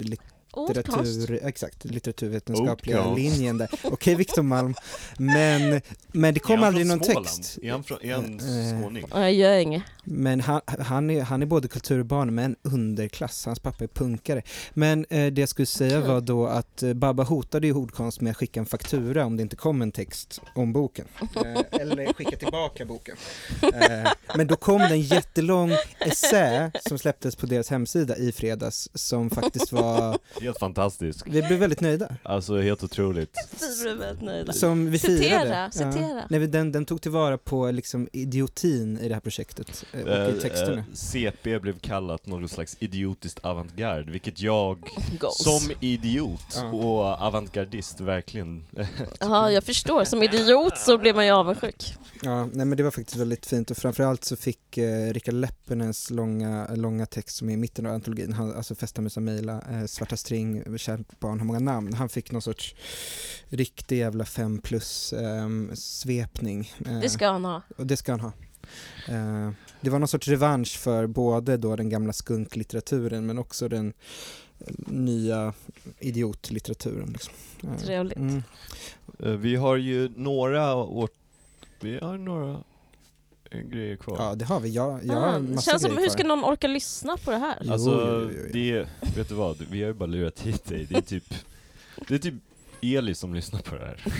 litteraturvetenskapliga linjen där. Okej, Victor Malm. Men det kom aldrig någon text. Är han skåning? Jag gör inget. Men han är både kulturbarn men underklass. Hans pappa är punkare. Men det jag skulle säga var då att Babba hotade ju Ordkonst med att skicka en faktura om det inte kom en text om boken. Eller skicka tillbaka boken. Men då kom det en jättelång essä som släpptes på deras hemsida i fredags som faktiskt var... Helt fantastisk. Vi blev väldigt nöjda. Alltså helt otroligt. Vi blev väldigt nöjda. Som vi firade. Citera. Nej, den tog tillvara på liksom idiotin i det här projektet och i texterna. CP blev kallat något slags idiotiskt avantgarde, vilket jag som idiot och avantgardist verkligen... Ja, jag förstår. Som idiot så blev man ju avundsjuk. Ja, nej, men det var faktiskt väldigt fint och framförallt så fick Rickard Leppenens långa text som är i mitten av antologin, alltså Festa med Samila, Svarta string, Kärt barn har många namn. Han fick någon sorts riktig jävla 5+ svepning. Det ska han ha. Och det ska han ha. Det var någon sorts revansch för både då den gamla skunklitteraturen men också den nya idiotlitteraturen. Liksom. Trevligt. Vi har ju några grejer kvar. Ja, det har vi. Jag har en massa känns som, grejer hur ska någon orka lyssna på det här? Alltså, det, vet du vad? Vi har ju bara lurat hit dig. Det är typ Eli som lyssnar på det här.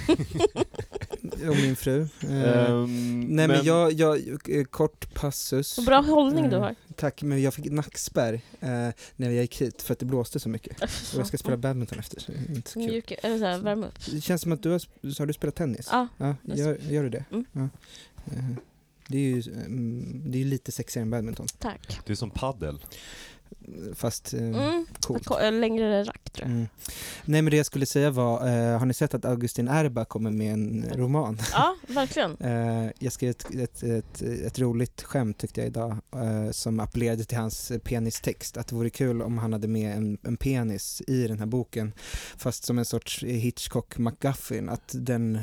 Och min fru. Nej, men jag kort passus. Bra hållning du har. Tack, men jag fick nackspärr när jag gick hit för att det blåste så mycket. Och jag ska spela badminton efter. Så det är inte så kul. Eller så här, värma upp. Det känns som att har du spelat tennis? Ja. Gör du det? Ja. Det är ju lite sexigare än badminton. Tack. Det är som paddel. Fast coolt. Längre rack tror jag. Nej, men det jag skulle säga var, har ni sett att Augustin Erba kommer med en roman? Ja, verkligen. Jag skrev ett roligt skämt tyckte jag idag som appellerade till hans penistext. Att det vore kul om han hade med en penis i den här boken. Fast som en sorts Hitchcock McGuffin. Att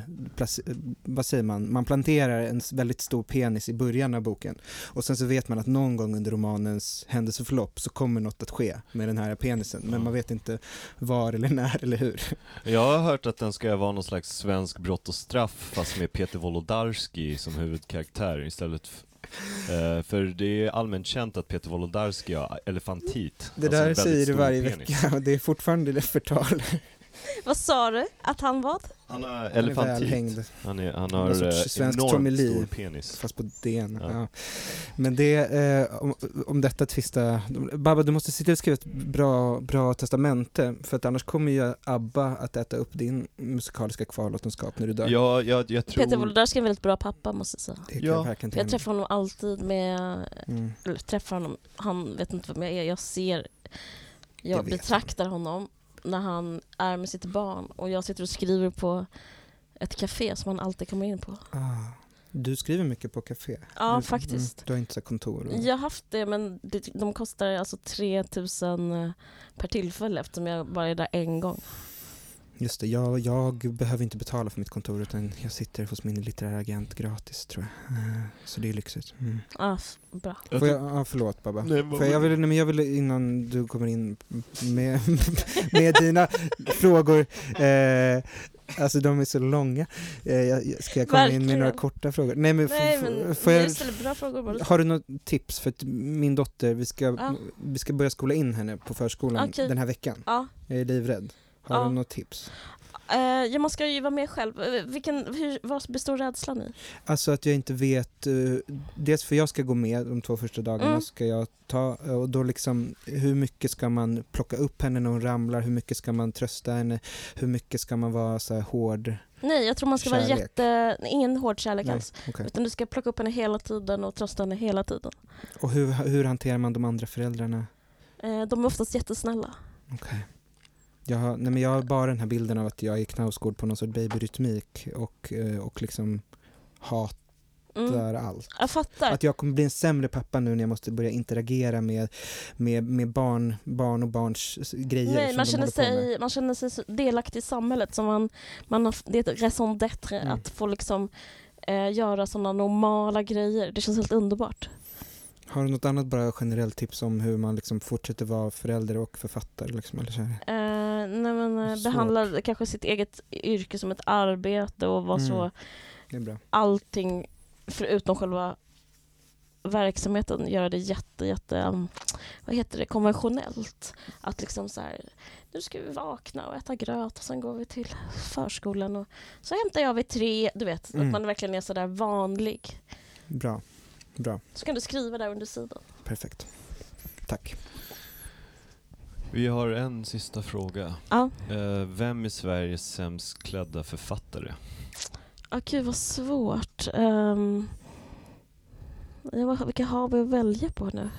vad säger man planterar en väldigt stor penis i början av boken. Och sen så vet man att någon gång under romanens händelseförlopp så kommer något att ske med den här penisen. Men man vet inte var eller när eller hur. Jag har hört att den ska vara någon slags svensk brott och straff fast med Peter Wolodarski som huvudkaraktär istället för det är allmänt känt att Peter Wolodarski har elefantit. Det där säger du varje vecka och det är fortfarande förtal. Vad sa du? Att han vad? Han har elefantit. Han har svensk enormt stor penis. Fast på DN. Ja. Men det om detta tvista. Babba, du måste sitta och skriva ett bra testamente för att annars kommer ju ABBA att äta upp din musikaliska kvarlåtenskap när du dör. Ja, jag tror... Peter Wolodarski är en väldigt bra pappa måste jag säga. Jag träffar honom alltid med... Eller träffar honom, han vet inte vem jag är. Jag betraktar honom när han är med sitt barn och jag sitter och skriver på ett café som han alltid kommer in på. Du skriver mycket på café? Ja, faktiskt. Du har inte så kontor? Jag har haft det, men de kostar alltså 3 000 per tillfälle eftersom jag bara är där en gång. Just det, jag behöver inte betala för mitt kontor utan jag sitter hos min litterära agent gratis tror jag. Så det är lyxigt. Bra. Förlåt Babba. Jag vill innan du kommer in med dina frågor. Alltså de är så långa. Ska jag komma in med några korta frågor? Nej men jag ställer bra frågor bara. Har du något tips för att min dotter, vi ska börja skola in henne på förskolan den här veckan. Ja. Jag är livrädd. Har du något tips? Man ska ju vara med själv. Vad består rädslan i? Alltså att jag inte vet, dels för jag ska gå med de 2 första dagarna ska jag ta, och då liksom hur mycket ska man plocka upp henne när hon ramlar, hur mycket ska man trösta henne, hur mycket ska man vara så här hård? Nej, jag tror man ska vara ingen hård kärlek alls. Okay. Utan du ska plocka upp henne hela tiden och trösta henne hela tiden. Och hur hanterar man de andra föräldrarna? De är oftast jättesnälla. Okej. Jag har bara den här bilden av att jag är knausgård på någon sorts babyrytmik och liksom hatar allt. Jag fattar. Att jag kommer bli en sämre pappa nu när jag måste börja interagera med barn och barns grejer. Nej, man känner sig delaktig i samhället. Som det är ett raison d'être att få liksom, göra sådana normala grejer. Det känns helt underbart. Har du något annat bara generellt tips om hur man liksom fortsätter vara förälder och författare? Liksom, eller så här? Behandla kanske sitt eget yrke som ett arbete och vara så... Det är bra. Allting förutom själva verksamheten, göra det jätte vad heter det, konventionellt. Att liksom så här, nu ska vi vakna och äta gröt och sen går vi till förskolan och så hämtar jag vid 3, du vet, att man verkligen är så där vanlig. Bra. Så kan du skriva där under sidan. Perfekt. Tack. Vi har en sista fråga. Ja. Vem är Sveriges sämst klädda författare? Gud vad svårt. Vilka har vi att välja på nu?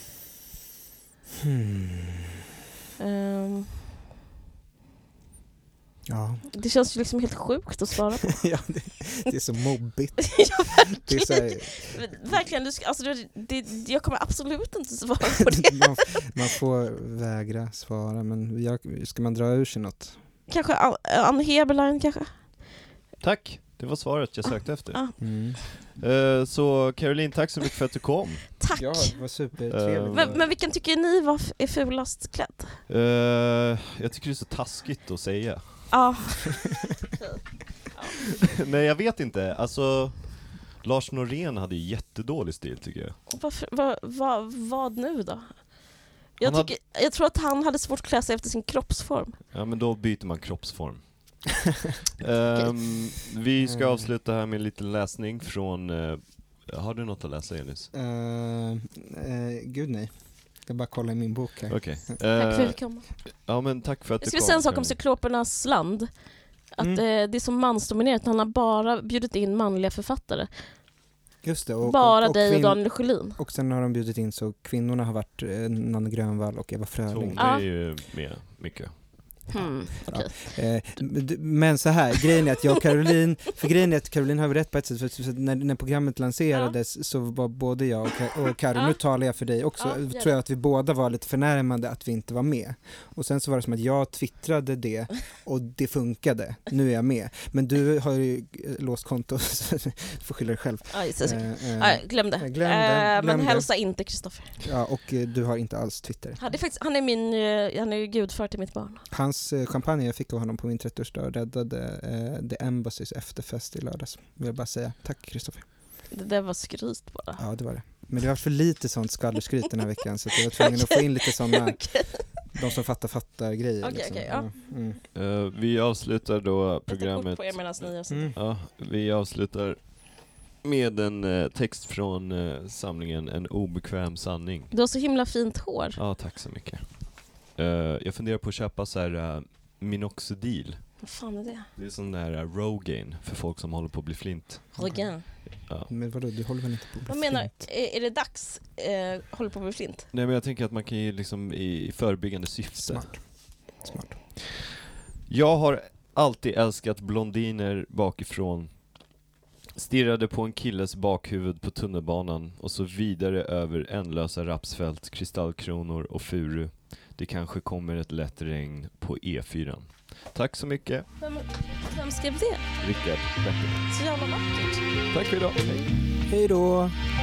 Ja. Det känns ju liksom helt sjukt att svara på. Ja, det är så mobbigt. Ja, verkligen. Det är så här... verkligen jag kommer absolut inte svara på det. man får vägra svara, men ska man dra ur sig något? Kanske Ann Heberlein kanske. Tack, det var svaret jag sökte efter. Så Caroline, tack så mycket för att du kom. Tack. Ja, det var supertrevligt. Men vilken tycker ni är fulast klädd? Jag tycker det är så taskigt att säga. Ja. Nej, jag vet inte. Alltså, Lars Norén hade jättedålig stil tycker jag. Vad nu då? Jag tror att han hade svårt att klä sig efter sin kroppsform. Ja, men då byter man kroppsform. Vi ska avsluta här med en liten läsning från... har du något att läsa, Elis? Gud nej. Jag bara kolla i min bok här. Okay. Tack för att du kom. Ja, men tack för att jag skulle säga en sak om Cyklopernas land. Att det är så mansdominerat. Han har bara bjudit in manliga författare. Just det. Och dig och Daniel Sjölin. Och sen har de bjudit in så kvinnorna har varit Nanne Grönvall och Eva Fröling. Det är ju med mycket. Okay. Men så här, grejen är att Caroline har rätt på ett sätt, för när programmet lanserades så var både jag och Karo, nu talar jag för dig också, tror jag att vi båda var lite förnärmande att vi inte var med. Och sen så var det som att jag twittrade det och det funkade. Nu är jag med. Men du har ju låst konto, så du får skylla dig själv. Glömde. Men hälsa inte Kristoffer. Ja, och du har inte alls Twitter. Han är ju gudfar till mitt barn. Hans champagne jag fick av honom på min 30-årsdag räddade The Embassys efterfest i lördags. Vill jag bara säga. Tack Kristoffer. Det var skryt bara. Ja, det var det. Men det var för lite sånt skvallerskryt den här veckan, så jag var tvungen att få in lite sådana de som fattar grejer. Vi avslutar då programmet. På er vi avslutar med en text från samlingen En obekväm sanning. Du har så himla fint hår. Ja, tack så mycket. Jag funderar på att köpa så här minoxidil. Vad fan är det? Det är sån där Rogaine för folk som håller på att bli flint. Rogaine? Ja. Men vadå, du håller väl inte på att bli flint? Vad menar, är det dags håller på att bli flint? Nej, men jag tänker att man kan ju liksom i förebyggande syfte. Smart. Jag har alltid älskat blondiner bakifrån. Stirrade på en killes bakhuvud på tunnelbanan och så vidare över ändlösa rapsfält, kristallkronor och furu. Det kanske kommer ett lätt regn på E4. Tack så mycket. Vem skrev det? Rickard Bäckerman. Så jävla vackert. Tack för idag. Hej då.